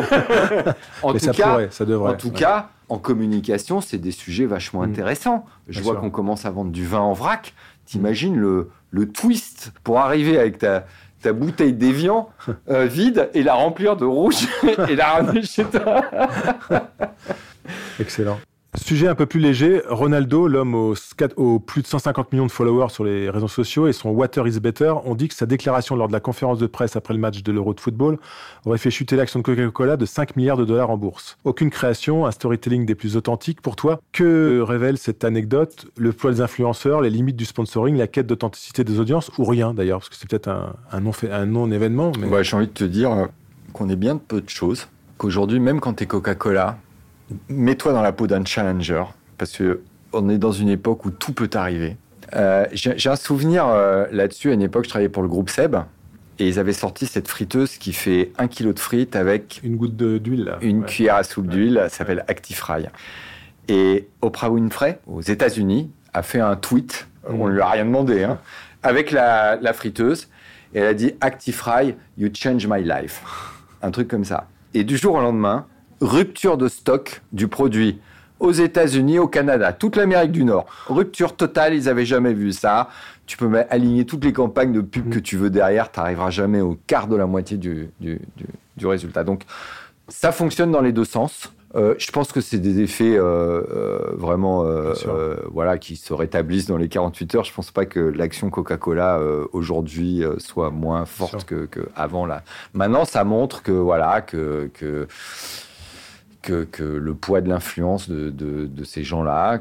Ça devrait. En tout cas, en communication, c'est des sujets vachement intéressants. Je vois qu'on commence à vendre du vin en vrac. T'imagines le twist pour arriver avec ta bouteille d'Évian vide et la remplir de rouge et la ramener chez toi. Excellent. Sujet un peu plus léger, Ronaldo, l'homme aux plus de 150 millions de followers sur les réseaux sociaux et son Water is Better ont dit que sa déclaration lors de la conférence de presse après le match de l'Euro de football aurait fait chuter l'action de Coca-Cola de 5 milliards de dollars en bourse. Aucune création, un storytelling des plus authentiques. Pour toi, que révèle cette anecdote? Le poids des influenceurs, les limites du sponsoring, la quête d'authenticité des audiences ou rien d'ailleurs? Parce que c'est peut-être un non-événement. Mais... Ouais, j'ai envie de te dire qu'on est bien de peu de choses. Qu'aujourd'hui, même quand t'es Coca-Cola, mets-toi dans la peau d'un challenger, parce qu'on est dans une époque où tout peut arriver. J'ai un souvenir là-dessus. À une époque, je travaillais pour le groupe Seb, et ils avaient sorti cette friteuse qui fait 1 kilo de frites avec une goutte d'huile. Une cuillère à soupe d'huile, ça s'appelle ActiFry. Et Oprah Winfrey, aux États-Unis, a fait un tweet, on ne lui a rien demandé, avec la friteuse, et elle a dit « ActiFry, you change my life ». Un truc comme ça. Et du jour au lendemain, rupture de stock du produit aux États-Unis, au Canada, toute l'Amérique du Nord. Rupture totale, ils n'avaient jamais vu ça. Tu peux aligner toutes les campagnes de pub que tu veux derrière, tu n'arriveras jamais au quart de la moitié du résultat. Donc, ça fonctionne dans les deux sens. Je pense que c'est des effets vraiment qui se rétablissent dans les 48 heures. Je ne pense pas que l'action Coca-Cola aujourd'hui soit moins forte qu'avant. Maintenant, ça montre que le poids de l'influence de ces gens-là,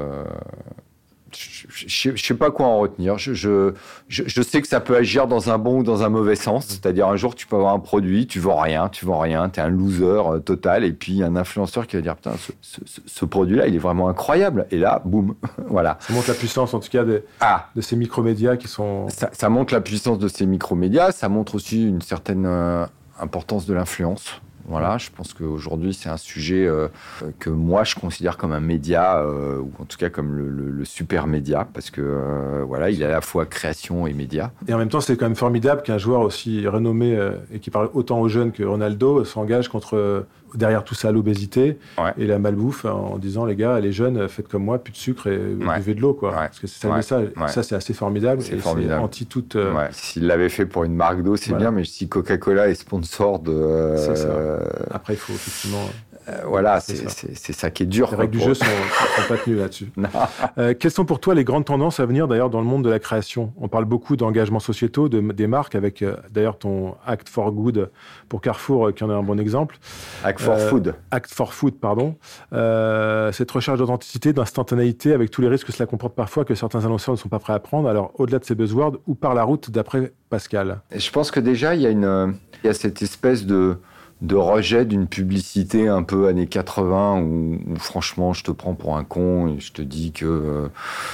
je ne sais pas quoi en retenir. Je sais que ça peut agir dans un bon ou dans un mauvais sens. C'est-à-dire, un jour, tu peux avoir un produit, tu vends rien, tu es un loser total, et puis un influenceur qui va dire, putain, ce produit-là, il est vraiment incroyable. Et là, boum, voilà. Ça montre la puissance, en tout cas, de ces micromédias qui sont... Ça montre la puissance de ces micromédias, ça montre aussi une certaine importance de l'influence. Voilà, je pense qu'aujourd'hui, c'est un sujet que moi, je considère comme un média, ou en tout cas comme le super média, parce que il est à la fois création et média. Et en même temps, c'est quand même formidable qu'un joueur aussi renommé et qui parle autant aux jeunes que Ronaldo s'engage derrière tout ça, l'obésité et la malbouffe, en disant, les gars, les jeunes, faites comme moi, plus de sucre et buvez de l'eau, quoi. Ouais. Parce que c'est ça le message. Ouais. Ça, c'est assez formidable. C'est formidable. C'est anti toute... S'il l'avait fait pour une marque d'eau, c'est bien, mais si Coca-Cola est sponsor de... c'est ça. Après, il faut effectivement... c'est ça qui est dur. Les règles du jeu sont pas tenues là-dessus. Quelles sont pour toi les grandes tendances à venir d'ailleurs dans le monde de la création? On parle beaucoup d'engagements sociétaux, des marques, avec d'ailleurs ton Act for Good pour Carrefour qui en est un bon exemple. Act for Food. Act for Food, pardon. Cette recherche d'authenticité, d'instantanéité, avec tous les risques que cela comporte parfois, que certains annonceurs ne sont pas prêts à prendre. Alors, au-delà de ces buzzwords, où part la route d'après Pascal? Je pense que déjà, il y a cette espèce de rejet d'une publicité un peu années 80 où franchement je te prends pour un con et je te dis que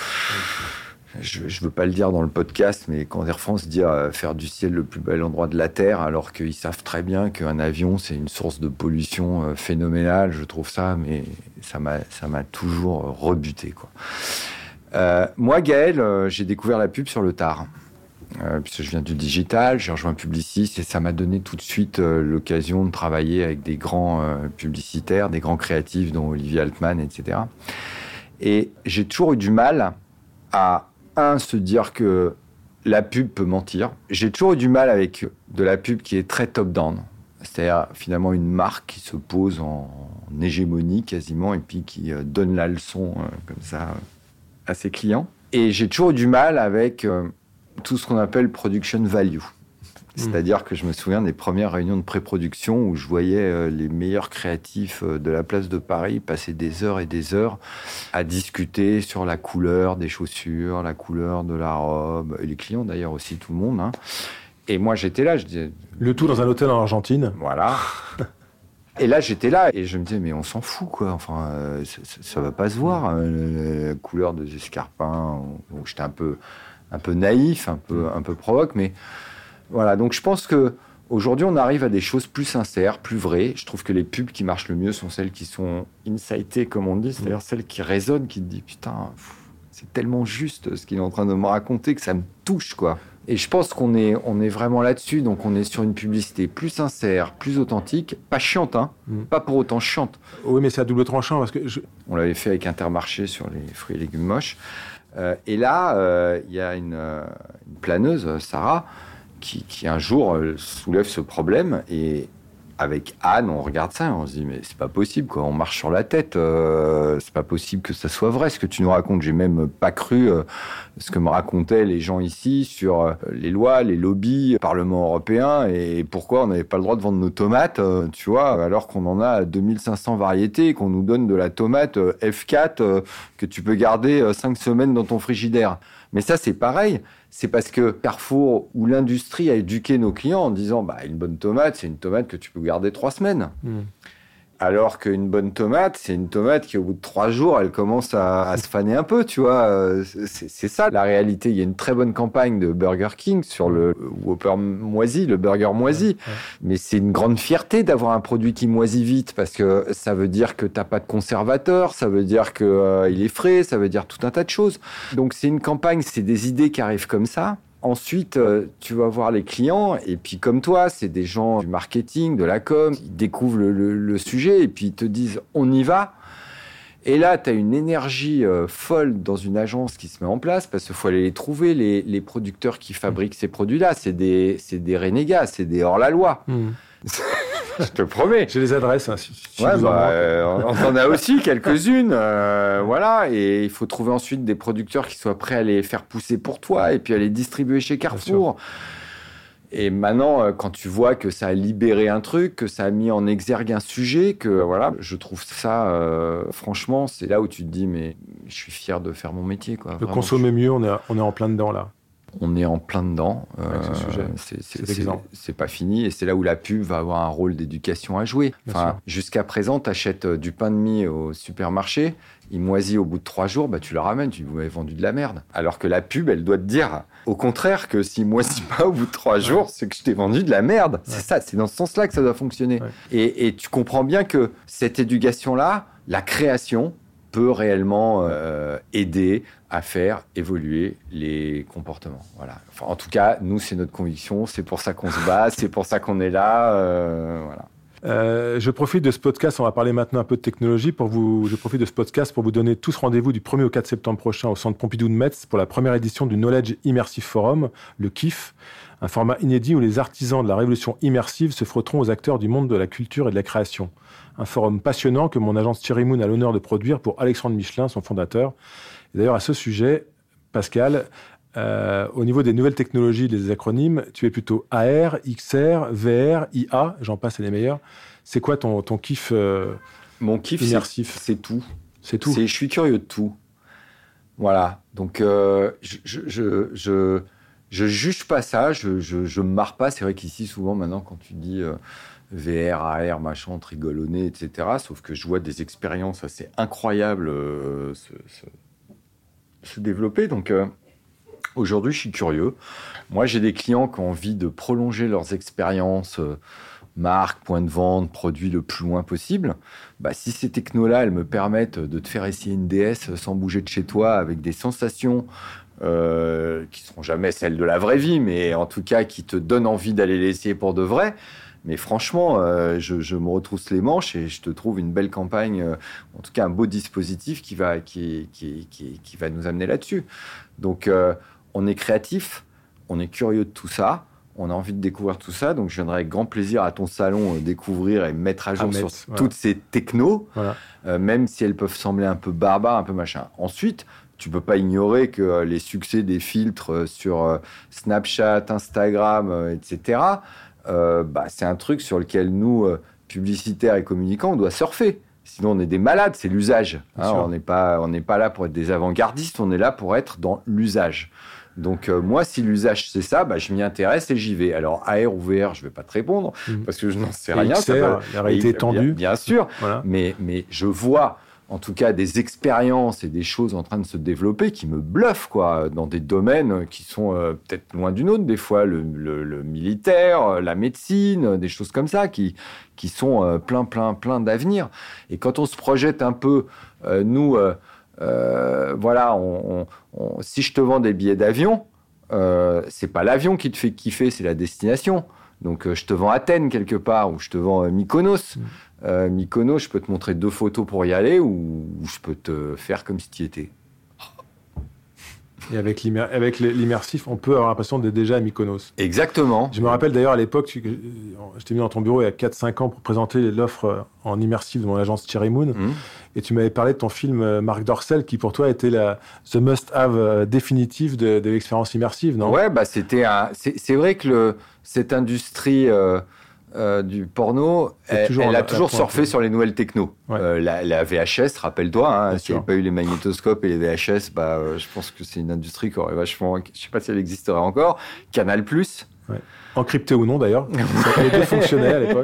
je veux pas le dire dans le podcast, mais quand Air France dit faire du ciel le plus bel endroit de la Terre, alors qu'ils savent très bien qu'un avion c'est une source de pollution phénoménale, je trouve ça, mais ça m'a toujours rebuté, quoi. Moi, Gaël, j'ai découvert la pub sur le tard. Puisque je viens du digital, j'ai rejoint Publicis et ça m'a donné tout de suite l'occasion de travailler avec des grands publicitaires, des grands créatifs dont Olivier Altman, etc. Et j'ai toujours eu du mal à, se dire que la pub peut mentir. J'ai toujours eu du mal avec de la pub qui est très top-down. C'est-à-dire finalement une marque qui se pose en hégémonie quasiment et puis qui donne la leçon comme ça à ses clients. Et j'ai toujours eu du mal avec... tout ce qu'on appelle production value. C'est-à-dire que je me souviens des premières réunions de pré-production où je voyais les meilleurs créatifs de la place de Paris passer des heures et des heures à discuter sur la couleur des chaussures, la couleur de la robe, et les clients d'ailleurs aussi, tout le monde. Hein. Et moi, j'étais là, je disais... Le tout dans un hôtel en Argentine. Voilà. Et là, j'étais là et je me disais, mais on s'en fout, quoi. Enfin, ça va pas se voir, la couleur des escarpins. Donc, j'étais un peu naïf, un peu provoque, mais voilà. Donc je pense que Aujourd'hui, on arrive à des choses plus sincères, plus vraies. Je trouve que les pubs qui marchent le mieux sont celles qui sont insightées, comme on dit, c'est-à-dire celles qui résonnent, qui te disent putain, c'est tellement juste ce qu'il est en train de me raconter que ça me touche, quoi. Et je pense qu'on est vraiment là-dessus. Donc, on est sur une publicité plus sincère, plus authentique, pas chiante, hein, pas pour autant chiante. Oui, mais c'est à double tranchant parce que on l'avait fait avec Intermarché sur les fruits et légumes moches. Et là, il y a une planeuse, Sarah, qui un jour soulève ce problème. Et avec Anne, on regarde ça et on se dit, mais c'est pas possible, quoi. On marche sur la tête. C'est pas possible que ça soit vrai, ce que tu nous racontes. J'ai même pas cru ce que me racontaient les gens ici sur les lois, les lobbies, le Parlement européen et pourquoi on n'avait pas le droit de vendre nos tomates, tu vois, alors qu'on en a 2500 variétés et qu'on nous donne de la tomate F4 que tu peux garder 5 semaines dans ton frigidaire. Mais ça, c'est pareil. C'est parce que Carrefour ou l'industrie a éduqué nos clients en disant une bonne tomate, c'est une tomate que tu peux garder 3 semaines. Alors qu'une bonne tomate, c'est une tomate qui, au bout de 3 jours, elle commence à se faner un peu, tu vois. C'est ça, la réalité. Il y a une très bonne campagne de Burger King sur le Whopper moisi, le burger moisi. Ouais. Mais c'est une grande fierté d'avoir un produit qui moisit vite parce que ça veut dire que t'as pas de conservateur, ça veut dire qu'il est frais, ça veut dire tout un tas de choses. Donc, c'est une campagne, c'est des idées qui arrivent comme ça. Ensuite, tu vas voir les clients et puis comme toi, c'est des gens du marketing, de la com, ils découvrent le sujet et puis ils te disent « on y va ». Et là, tu as une énergie folle dans une agence qui se met en place parce qu'il faut aller les trouver, les producteurs qui fabriquent ces produits-là. C'est des renégats, c'est des hors-la-loi. Je te promets. J'ai les adresses. Hein, si ouais, on en a aussi quelques-unes. Voilà. Et il faut trouver ensuite des producteurs qui soient prêts à les faire pousser pour toi et puis à les distribuer chez Carrefour. Et maintenant, quand tu vois que ça a libéré un truc, que ça a mis en exergue un sujet, que voilà, je trouve ça, franchement, c'est là où tu te dis, mais je suis fier de faire mon métier, quoi. De consommer mieux, on est en plein dedans, là. On est en plein dedans. Avec ce sujet. C'est pas fini. Et c'est là où la pub va avoir un rôle d'éducation à jouer. Jusqu'à présent, tu achètes du pain de mie au supermarché, il moisit au bout de 3 jours, tu le ramènes, tu lui as vendu de la merde. Alors que la pub, elle doit te dire, au contraire, que s'il moisit pas au bout de 3 jours, c'est que je t'ai vendu de la merde. Ouais. C'est ça, c'est dans ce sens-là que ça doit fonctionner. Ouais. Et tu comprends bien que cette éducation-là, la création, peut réellement aider à faire évoluer les comportements. Voilà. Enfin, en tout cas, nous, c'est notre conviction, c'est pour ça qu'on se bat, c'est pour ça qu'on est là. Voilà. Je profite de ce podcast, on va parler maintenant un peu de technologie. Je profite de ce podcast pour vous donner tous rendez-vous du 1er au 4 septembre prochain au Centre Pompidou de Metz pour la première édition du Knowledge Immersive Forum, le KIF, un format inédit où les artisans de la révolution immersive se frotteront aux acteurs du monde de la culture et de la création. Un forum passionnant que mon agence Cherry Moon a l'honneur de produire pour Alexandre Michelin, son fondateur. Et d'ailleurs, à ce sujet, Pascal, au niveau des nouvelles technologies, des acronymes, tu es plutôt AR, XR, VR, IA, j'en passe, c'est les meilleurs. C'est quoi ton kiff Mon kiff immersif? C'est tout. C'est tout. Je suis curieux de tout. Voilà. Donc, je juge pas ça, je me marre pas. C'est vrai qu'ici, souvent, maintenant, quand tu dis VR, AR, machin, trigolonner, etc., sauf que je vois des expériences assez incroyables se développer. Donc, aujourd'hui, je suis curieux. Moi, j'ai des clients qui ont envie de prolonger leurs expériences marque, point de vente, produit le plus loin possible. Si ces technos-là, elles me permettent de te faire essayer une DS sans bouger de chez toi, avec des sensations qui ne seront jamais celles de la vraie vie, mais en tout cas qui te donnent envie d'aller l'essayer pour de vrai. Mais franchement, je me retrousse les manches et je te trouve une belle campagne, en tout cas un beau dispositif qui va nous amener là-dessus. Donc, on est créatif, on est curieux de tout ça, on a envie de découvrir tout ça. Donc, je viendrai avec grand plaisir à ton salon découvrir et mettre à jour toutes ces technos, même si elles peuvent sembler un peu barbares, un peu machin. Ensuite, tu peux pas ignorer que les succès des filtres sur Snapchat, Instagram, etc., c'est un truc sur lequel nous, publicitaires et communicants, on doit surfer. Sinon, on est des malades, c'est l'usage. On n'est pas là pour être des avant-gardistes, on est là pour être dans l'usage. Donc, moi, si l'usage, c'est ça, je m'y intéresse et j'y vais. Alors, AR ou VR, je ne vais pas te répondre, parce que je n'en sais rien. XR, la réalité étendue. Bien sûr, voilà. Mais je vois, en tout cas des expériences et des choses en train de se développer qui me bluffent, quoi, dans des domaines qui sont peut-être loin d'une autre, des fois le militaire, la médecine, des choses comme ça qui sont plein d'avenir. Et quand on se projette un peu, nous, voilà, si je te vends des billets d'avion, c'est pas l'avion qui te fait kiffer, c'est la destination. Donc, je te vends Athènes quelque part, ou je te vends Mykonos. Mykonos, je peux te montrer 2 photos pour y aller, ou je peux te faire comme si tu y étais. Et avec l'immersif, on peut avoir l'impression d'être déjà à Mykonos. Exactement. Je me rappelle d'ailleurs à l'époque, je t'ai mis dans ton bureau il y a 4-5 ans pour présenter l'offre en immersif de mon agence Cherry Moon. Et tu m'avais parlé de ton film Marc Dorcel, qui pour toi était the must-have définitive de l'expérience immersive, non ? Ouais, bah c'est vrai que cette industrie du porno, elle a toujours surfé sur les nouvelles techno. Ouais. La VHS, rappelle-toi, s'il n'y avait pas eu les magnétoscopes et les VHS, je pense que c'est une industrie qui aurait vachement... Je ne sais pas si elle existerait encore. Canal+. Ouais. Encrypté ou non, d'ailleurs. Les deux fonctionnaient à l'époque.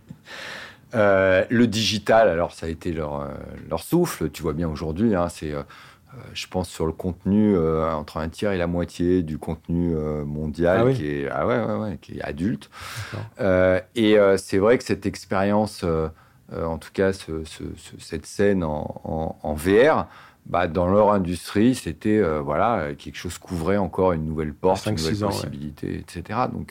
Le digital, alors ça a été leur souffle. Tu vois bien aujourd'hui, c'est... je pense sur le contenu entre un tiers et la moitié du contenu mondial qui est adulte. Et c'est vrai que cette expérience, en tout cas cette scène en VR, dans leur industrie, c'était quelque chose qu'ouvrait encore une nouvelle porte, une nouvelle possibilité, etc. Donc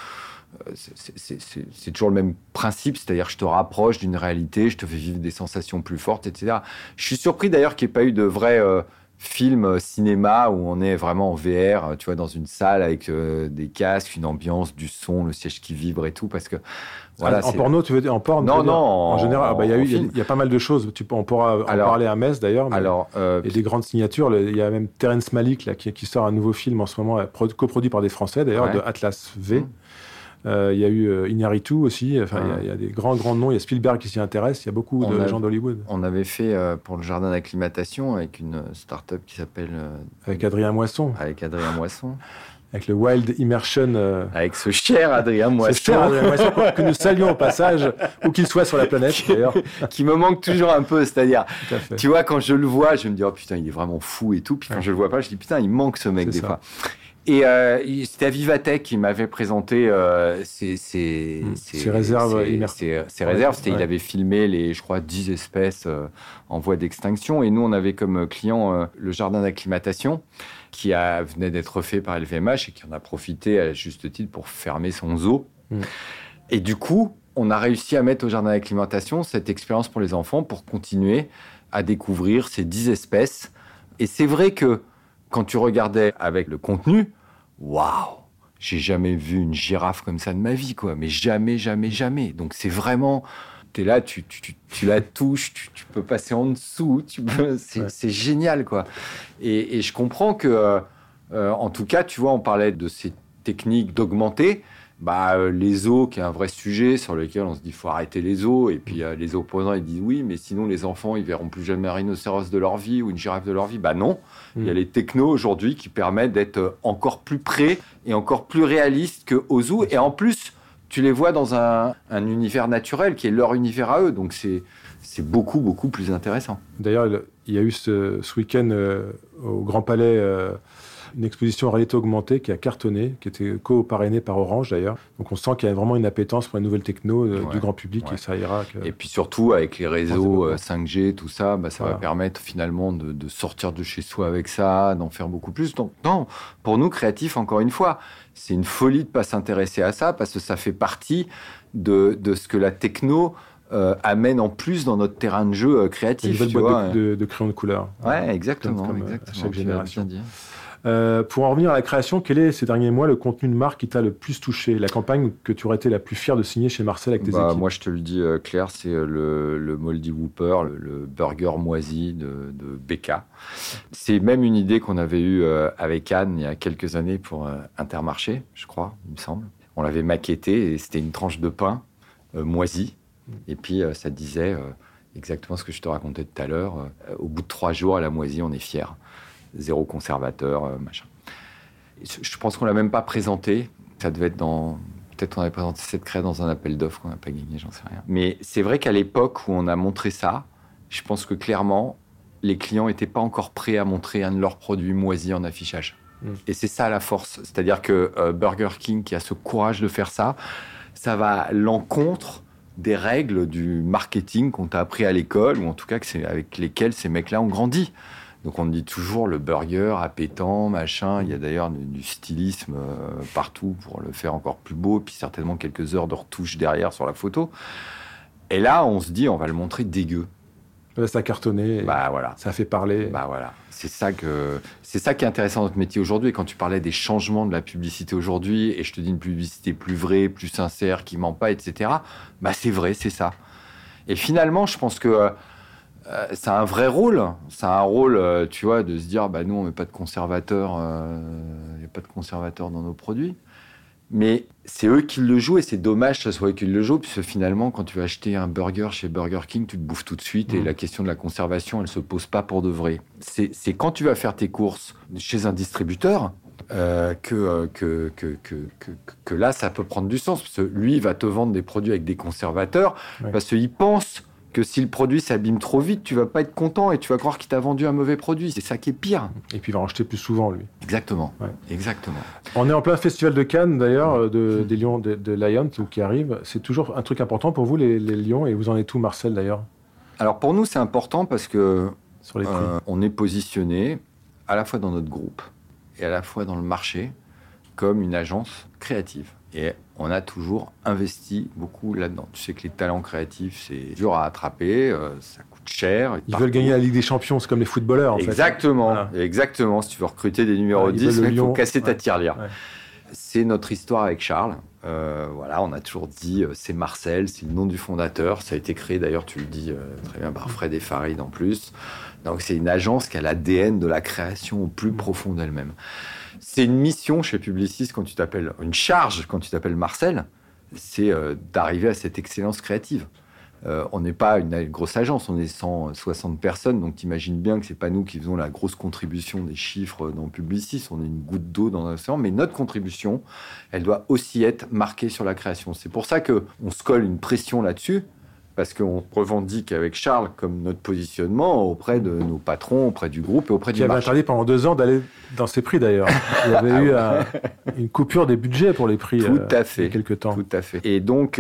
c'est toujours le même principe, c'est-à-dire que je te rapproche d'une réalité, je te fais vivre des sensations plus fortes, etc. Je suis surpris d'ailleurs qu'il n'y ait pas eu de vrai film cinéma où on est vraiment en VR, tu vois, dans une salle avec des casques, une ambiance, du son, le siège qui vibre et tout, parce que voilà. En porno, tu veux dire ? En porno, non, en général, il y a pas mal de choses. On pourra en parler à Metz d'ailleurs. Et des grandes signatures. Il y a même Terrence Malick là, qui sort un nouveau film en ce moment, coproduit par des Français d'ailleurs, de Atlas V. Il y a eu Iñárritu aussi, il y a des grands noms, il y a Spielberg qui s'y intéresse, il y a beaucoup de gens d'Hollywood. On avait fait pour le jardin d'acclimatation avec une start-up qui s'appelle... Avec Adrien Moisson. Avec le Wild Immersion. Avec ce cher Adrien Moisson. Que nous saluons au passage, où qu'il soit sur la planète d'ailleurs. Qui me manque toujours un peu, c'est-à-dire, tu vois, quand je le vois, je me dis, oh putain, il est vraiment fou et tout, puis quand je le vois pas, je dis, putain, il manque ce mec des fois. Et c'était à Vivatech qui m'avait présenté ses réserves immersives. Ses réserves. Il avait filmé je crois, 10 espèces en voie d'extinction. Et nous, on avait comme client le jardin d'acclimatation qui venait d'être fait par LVMH et qui en a profité à juste titre pour fermer son zoo. Et du coup, on a réussi à mettre au jardin d'acclimatation cette expérience pour les enfants pour continuer à découvrir ces 10 espèces. Et c'est vrai que quand tu regardais avec le contenu, waouh, j'ai jamais vu une girafe comme ça de ma vie, quoi. Mais jamais. Donc c'est vraiment, t'es là, tu la touches, tu peux passer en dessous, c'est génial, quoi. Et je comprends que, en tout cas, tu vois, on parlait de ces techniques d'augmenter. Les zoos, qui est un vrai sujet sur lequel on se dit faut arrêter les zoos, et puis les opposants ils disent oui, mais sinon les enfants ils verront plus jamais un rhinocéros de leur vie ou une girafe de leur vie. Non, il y a les technos aujourd'hui qui permettent d'être encore plus près et encore plus réalistes qu'au zoo, et en plus tu les vois dans un univers naturel qui est leur univers à eux, donc c'est beaucoup plus intéressant. D'ailleurs, il y a eu ce week-end au Grand Palais une exposition en réalité augmentée qui a cartonné, qui était co-parrainée par Orange d'ailleurs. Donc on sent qu'il y a vraiment une appétence pour les nouvelles techno du grand public, et ça ira. Et puis surtout avec les réseaux 5G, tout ça, ça va permettre finalement de sortir de chez soi avec ça, d'en faire beaucoup plus. Donc non, pour nous créatifs, encore une fois, c'est une folie de ne pas s'intéresser à ça, parce que ça fait partie de ce que la techno amène en plus dans notre terrain de jeu créatif. Une nouvelle boîte de crayons de couleur. Ouais, exactement. À chaque génération. Pour en revenir à la création, quel est ces derniers mois le contenu de marque qui t'a le plus touché ? La campagne que tu aurais été la plus fière de signer chez Marcel avec tes équipes ? Moi, je te le dis clair, c'est le Moldy Whopper, le burger moisi de BK. C'est même une idée qu'on avait eue avec Anne il y a quelques années pour Intermarché, je crois, il me semble. On l'avait maquetté et c'était une tranche de pain moisi. Et puis, ça disait exactement ce que je te racontais tout à l'heure. Au bout de 3 jours à la moisie, on est fiers. 0 conservateur, machin. Je pense qu'on l'a même pas présenté. Ça devait être peut-être qu'on avait présenté cette créa dans un appel d'offres qu'on n'a pas gagné, j'en sais rien. Mais c'est vrai qu'à l'époque où on a montré ça, je pense que clairement, les clients n'étaient pas encore prêts à montrer un de leurs produits moisis en affichage. Et c'est ça la force. C'est-à-dire que Burger King, qui a ce courage de faire ça, ça va à l'encontre des règles du marketing qu'on t'a appris à l'école, ou en tout cas avec lesquelles ces mecs-là ont grandi. Donc on dit toujours le burger appétant, machin. Il y a d'ailleurs du stylisme partout pour le faire encore plus beau, puis certainement quelques heures de retouche derrière sur la photo. Et là, on se dit, on va le montrer dégueu. Là, ça a cartonné. Voilà. Ça a fait parler. Voilà. C'est ça qui est intéressant dans notre métier aujourd'hui. Et quand tu parlais des changements de la publicité aujourd'hui, et je te dis une publicité plus vraie, plus sincère, qui ment pas, etc. C'est vrai, c'est ça. Et finalement, je pense que c'est un vrai rôle. C'est un rôle, tu vois, de se dire, nous, on met pas de conservateur. Il n'y a pas de conservateur dans nos produits. Mais c'est eux qui le jouent et c'est dommage que ce soit eux qui le jouent, puisque finalement, quand tu vas acheter un burger chez Burger King, tu te bouffes tout de suite et la question de la conservation, elle ne se pose pas pour de vrai. C'est quand tu vas faire tes courses chez un distributeur que là, ça peut prendre du sens, parce que lui, il va te vendre des produits avec des conservateurs, parce qu'il pense que si le produit s'abîme trop vite, tu vas pas être content et tu vas croire qu'il t'a vendu un mauvais produit. C'est ça qui est pire. Et puis il va en acheter plus souvent, lui. Exactement. Exactement. On est en plein festival de Cannes, d'ailleurs, des Lions, de Lions qui arrive. C'est toujours un truc important pour vous, les Lions, et vous en êtes où, Marcel, d'ailleurs? Alors pour nous, c'est important parce que sur les prix. On est positionné à la fois dans notre groupe et à la fois dans le marché comme une agence créative. Et on a toujours investi beaucoup là-dedans. Tu sais que les talents créatifs, c'est dur à attraper, ça coûte cher. Ils veulent gagner la Ligue des Champions, c'est comme les footballeurs, en fait. Exactement. Si tu veux recruter des numéros 10, il faut casser ta tirelire. Ouais. C'est notre histoire avec Charles. On a toujours dit, c'est Marcel, c'est le nom du fondateur. Ça a été créé, d'ailleurs, tu le dis très bien, par Fred et Farid en plus. Donc c'est une agence qui a l'ADN de la création au plus profond d'elle-même. C'est une mission chez Publicis une charge quand tu t'appelles Marcel, c'est d'arriver à cette excellence créative. On n'est pas une grosse agence, on est 160 personnes, donc t'imagines bien que c'est pas nous qui faisons la grosse contribution des chiffres dans Publicis, on est une goutte d'eau dans l'océan, mais notre contribution, elle doit aussi être marquée sur la création. C'est pour ça qu'on se colle une pression là-dessus, parce qu'on revendique avec Charles comme notre positionnement auprès de nos patrons, auprès du groupe et auprès du marché. Qui avait interdit pendant 2 ans d'aller dans ces prix, d'ailleurs. Il y avait eu une coupure des budgets pour les prix tout à fait, il y a quelques temps. Tout à fait. Et donc,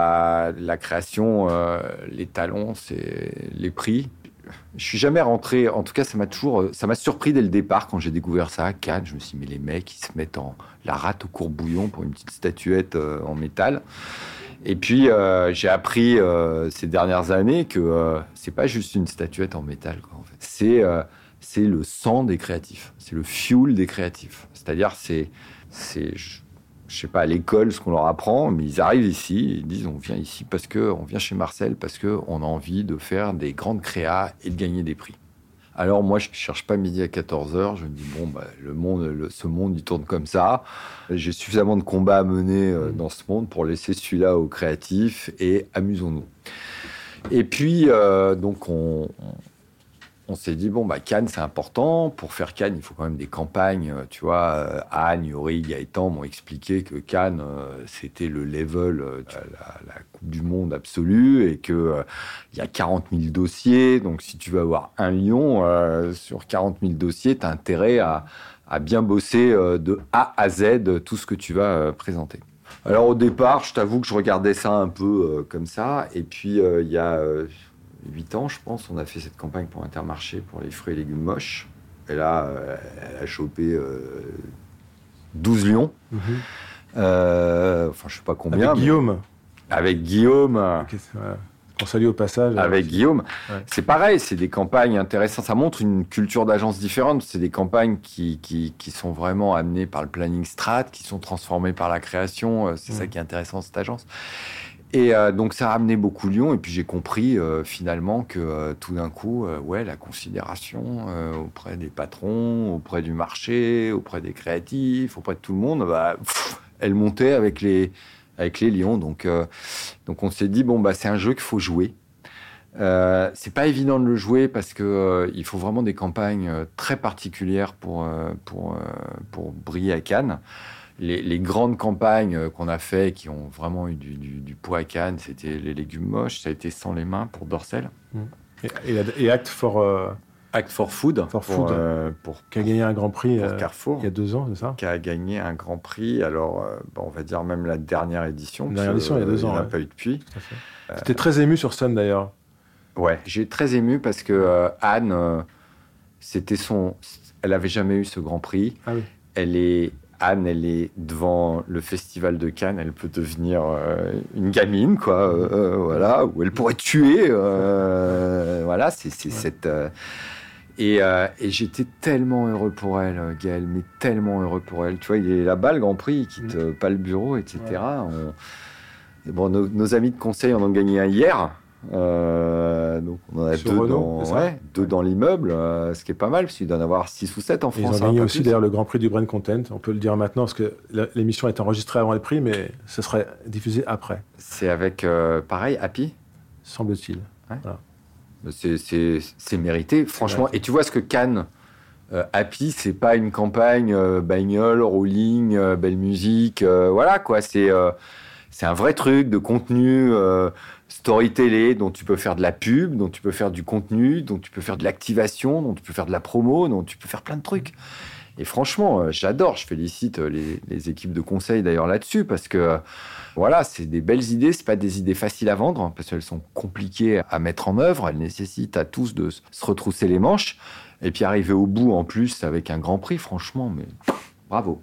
la création, les talons, c'est les prix. Je suis jamais rentré, en tout cas, ça m'a surpris dès le départ quand j'ai découvert ça à Cannes. Je me suis dit, mais les mecs, ils se mettent la rate au courbouillon pour une petite statuette en métal. Et puis, j'ai appris ces dernières années que c'est pas juste une statuette en métal, quoi, en fait. C'est le sang des créatifs. C'est le fuel des créatifs. C'est-à-dire, je sais pas, à l'école, ce qu'on leur apprend, mais ils arrivent ici, ils disent, on vient ici on vient chez Marcel parce qu'on a envie de faire des grandes créas et de gagner des prix. Alors moi, je ne cherche pas midi à 14h. Je me dis, ce monde, il tourne comme ça. J'ai suffisamment de combats à mener dans ce monde pour laisser celui-là aux créatifs et amusons-nous. Et puis, donc, on s'est dit, Cannes, c'est important. Pour faire Cannes, il faut quand même des campagnes. Tu vois, Anne, Yori, Gaëtan m'ont expliqué que Cannes, c'était le level de la Coupe du Monde absolue et qu'il y a 40 000 dossiers. Donc, si tu veux avoir un lion sur 40 000 dossiers, tu as intérêt à bien bosser de A à Z tout ce que tu vas présenter. Alors, au départ, je t'avoue que je regardais ça un peu comme ça. Et puis, il y a 8 ans, je pense, on a fait cette campagne pour Intermarché pour les fruits et légumes moches. Et là, elle a chopé 12 lions. Je ne sais pas combien. Avec Guillaume. Avec Guillaume. On salue au passage. Avec Guillaume. Ouais. C'est pareil, c'est des campagnes intéressantes. Ça montre une culture d'agence différente. C'est des campagnes qui sont vraiment amenées par le planning strat, qui sont transformées par la création. C'est ça qui est intéressant, cette agence. Et donc, ça a amené beaucoup Lyon. Et puis, j'ai compris finalement que tout d'un coup, la considération auprès des patrons, auprès du marché, auprès des créatifs, auprès de tout le monde, elle montait avec les Lions. Donc on s'est dit, c'est un jeu qu'il faut jouer. C'est pas évident de le jouer parce que il faut vraiment des campagnes très particulières pour briller à Cannes. Les grandes campagnes qu'on a fait, qui ont vraiment eu du poids à Cannes, c'était les légumes moches, ça a été Sans les mains pour Dorsel. Et Act for Food. Qui a gagné un Grand Prix pour Carrefour. Il y a 2 ans, c'est ça ? Qui a gagné un Grand Prix. Alors, on va dire même la dernière édition. La dernière édition, il y a 2 ans. Il n'y en a pas eu depuis. C'était très ému sur scène, d'ailleurs. Ouais, j'ai très ému parce que Anne, elle n'avait jamais eu ce Grand Prix. Ah oui. Anne, elle est devant le Festival de Cannes. Elle peut devenir une gamine, quoi. Voilà, ou elle pourrait tuer. Voilà, c'est cette... Et j'étais tellement heureux pour elle, Gaël, mais tellement heureux pour elle. Tu vois, il est là-bas, le Grand Prix, il quitte pas le bureau, etc. Ouais. Bon, nos amis de conseil en ont gagné un hier. Donc on en a deux dans l'immeuble, ce qui est pas mal, parce qu'il doit en avoir 6 ou 7 en France. Ils ont gagné aussi d'ailleurs le Grand Prix du Brain Content, on peut le dire maintenant, parce que l'émission est enregistrée avant les prix, mais ce serait diffusé après. C'est avec, pareil, Happy, semble-t-il. Ouais. Voilà. C'est mérité, franchement. Et tu vois ce que Cannes, Happy, c'est pas une campagne bagnole, rolling, belle musique, voilà quoi. C'est un vrai truc de contenu story-télé dont tu peux faire de la pub, dont tu peux faire du contenu, dont tu peux faire de l'activation, dont tu peux faire de la promo, dont tu peux faire plein de trucs. Et franchement, j'adore. Je félicite les équipes de conseil d'ailleurs là-dessus parce que voilà, c'est des belles idées. C'est pas des idées faciles à vendre parce qu'elles sont compliquées à mettre en œuvre. Elles nécessitent à tous de se retrousser les manches et puis arriver au bout en plus avec un Grand Prix. Franchement, mais bravo.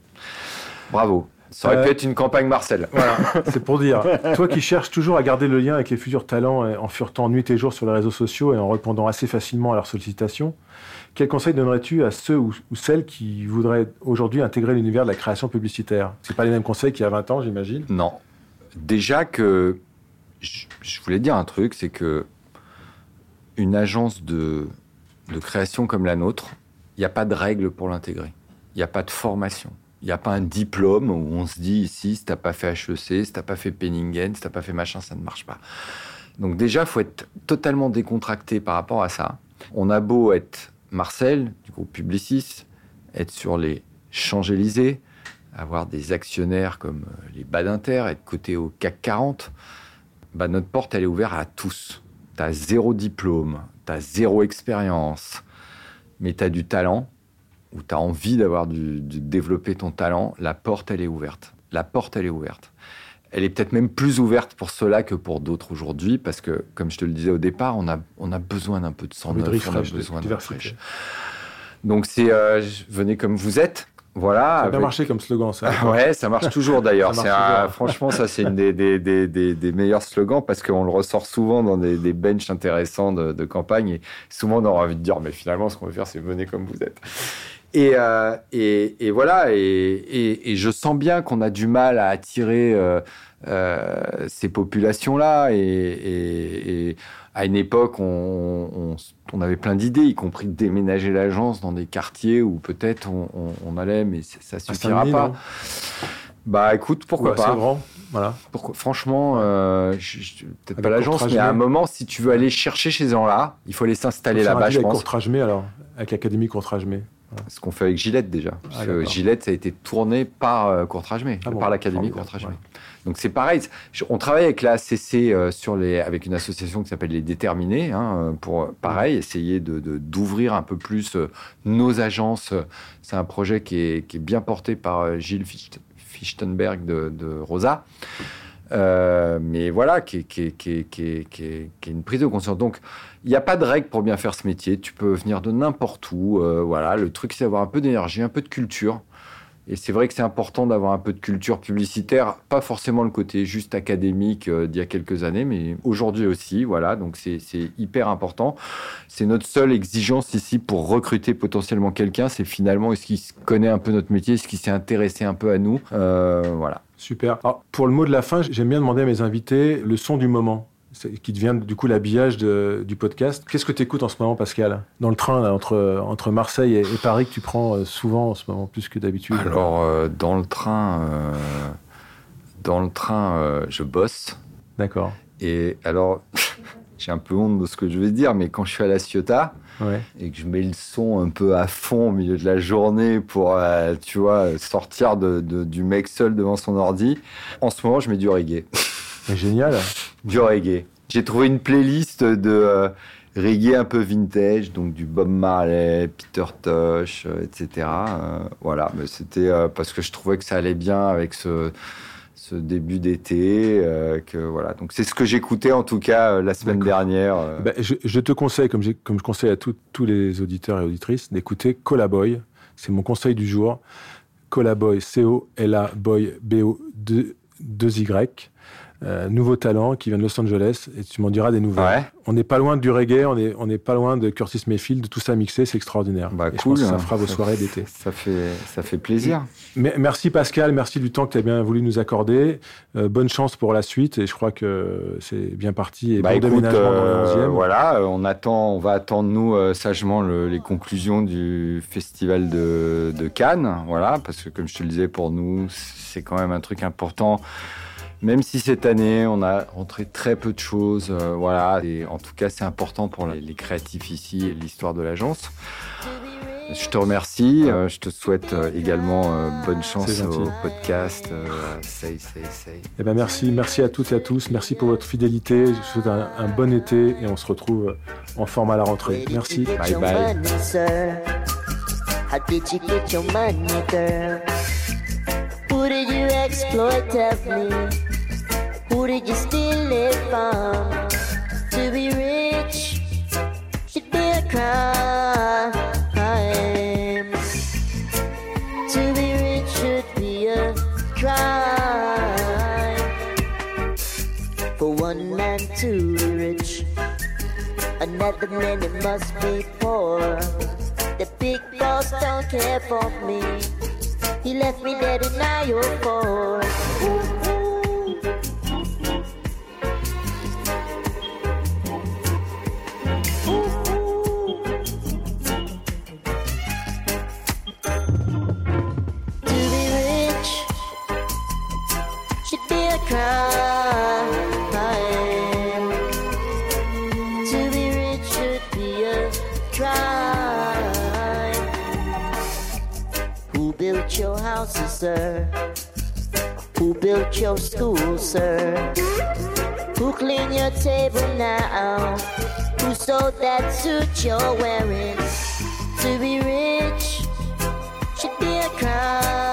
Ça aurait pu être une campagne Marcel. Voilà, c'est pour dire. Toi qui cherches toujours à garder le lien avec les futurs talents en furetant nuit et jour sur les réseaux sociaux et en répondant assez facilement à leurs sollicitations, quel conseil donnerais-tu à ceux ou celles qui voudraient aujourd'hui intégrer l'univers de la création publicitaire ? C'est pas les mêmes conseils qu'il y a 20 ans, j'imagine ? Non. Déjà que... Je voulais dire un truc, c'est que une agence de création comme la nôtre, il n'y a pas de règles pour l'intégrer. Il n'y a pas de formation. Il n'y a pas un diplôme où on se dit ici, si tu n'as pas fait HEC, si tu n'as pas fait Penningen, si tu n'as pas fait machin, ça ne marche pas. Donc déjà, il faut être totalement décontracté par rapport à ça. On a beau être Marcel, du groupe Publicis, être sur les Champs-Élysées, avoir des actionnaires comme les Badinter, être coté au CAC 40, notre porte, elle est ouverte à tous. Tu as 0 diplôme, tu as 0 expérience, mais tu as du talent, où tu as envie de développer ton talent, la porte, elle est ouverte. Elle est peut-être même plus ouverte pour ceux-là que pour d'autres aujourd'hui, parce que, comme je te le disais au départ, on a besoin d'un peu de sang neuf, on a besoin de fraîche. Donc, venez comme vous êtes. Voilà, ça a bien marché comme slogan, ça. Ouais, ça marche toujours d'ailleurs. Franchement, ça, c'est une des meilleurs slogans, parce qu'on le ressort souvent dans des benches intéressants de campagne. Et souvent, on aura envie de dire, mais finalement, ce qu'on veut faire, c'est venez comme vous êtes. Et voilà, et je sens bien qu'on a du mal à attirer ces populations-là. Et à une époque, on avait plein d'idées, y compris de déménager l'agence dans des quartiers où peut-être on allait, mais ça suffira pas. Non. Bah écoute, pourquoi pas. C'est grand, voilà. Franchement, peut-être pas l'agence, mais à un moment, si tu veux aller chercher ces gens-là, il faut aller s'installer là-bas, je pense. Avec Courtrajmé, alors, avec l'Académie Courtrajmé. Voilà. Ce qu'on fait avec Gillette déjà. Parce que Gillette, ça a été tourné par Courtrajmé, par l'Académie Courtrajmé. Ouais. Donc c'est pareil. On travaille avec la ACC avec une association qui s'appelle Les Déterminés, pour pareil essayer d'ouvrir un peu plus nos agences. C'est un projet qui est bien porté par Gilles Fichtenberg de Rosa. Mais voilà, qui est une prise de conscience. Donc, il n'y a pas de règle pour bien faire ce métier. Tu peux venir de n'importe où. Voilà, le truc, c'est d'avoir un peu d'énergie, un peu de culture. Et c'est vrai que c'est important d'avoir un peu de culture publicitaire, pas forcément le côté juste académique d'il y a quelques années, mais aujourd'hui aussi. Voilà, donc c'est hyper important. C'est notre seule exigence ici pour recruter potentiellement quelqu'un. C'est finalement, est-ce qu'il connaît un peu notre métier, est-ce qu'il s'est intéressé un peu à nous. Voilà. Super. Alors, pour le mot de la fin, j'aime bien demander à mes invités le son du moment, qui devient du coup l'habillage du podcast. Qu'est-ce que tu écoutes en ce moment, Pascal ? Dans le train, là, entre Marseille et Paris, que tu prends souvent en ce moment, plus que d'habitude. Alors, dans le train, je bosse. D'accord. Et alors, j'ai un peu honte de ce que je vais dire, mais quand je suis à La Ciotat, ouais, et que je mets le son un peu à fond au milieu de la journée pour, tu vois, sortir du mec seul devant son ordi, en ce moment, je mets du reggae. C'est génial. Du reggae. J'ai trouvé une playlist de reggae un peu vintage, donc du Bob Marley, Peter Tosh, etc. Voilà, mais c'était parce que je trouvais que ça allait bien avec ce début d'été. Voilà. Donc c'est ce que j'écoutais en tout cas la semaine dernière. Je te conseille, comme je conseille à tous les auditeurs et auditrices, d'écouter Colaboy. C'est mon conseil du jour. Colaboy, C-O-L-A, Boy, B-O, 2Y. Nouveau talent qui vient de Los Angeles, et tu m'en diras des nouvelles. Ouais. On n'est pas loin du reggae, on n'est pas loin de Curtis Mayfield, de tout ça mixé, c'est extraordinaire. Cool, je pense que ça fera vos soirées d'été. Ça fait plaisir. Merci Pascal, merci du temps que tu as bien voulu nous accorder. Bonne chance pour la suite, et je crois que c'est bien parti. Et bon déménagement dans le 11e. Voilà, on va attendre nous sagement les conclusions du festival de Cannes, voilà, parce que comme je te le disais, pour nous, c'est quand même un truc important. Même si cette année, on a rentré très peu de choses, voilà. Et en tout cas, c'est important pour les créatifs ici et l'histoire de l'agence. Je te remercie. Je te souhaite également bonne chance au podcast Say. Eh ben merci à toutes et à tous. Merci pour votre fidélité. Je vous souhaite un bon été et on se retrouve en forme à la rentrée. Merci. Bye bye. Who did you exploit, tell me? Who did you steal it from? To be rich should be a crime. To be rich should be a crime. For one man to be rich, another man it must be poor. The big boss don't care for me. He left me dead in Iowa for. To be rich should be a crime. To be rich should be a crime. Who built your houses, sir? Who built your schools, sir? Who cleaned your table now? Who sewed that suit you're wearing? To be rich should be a crime.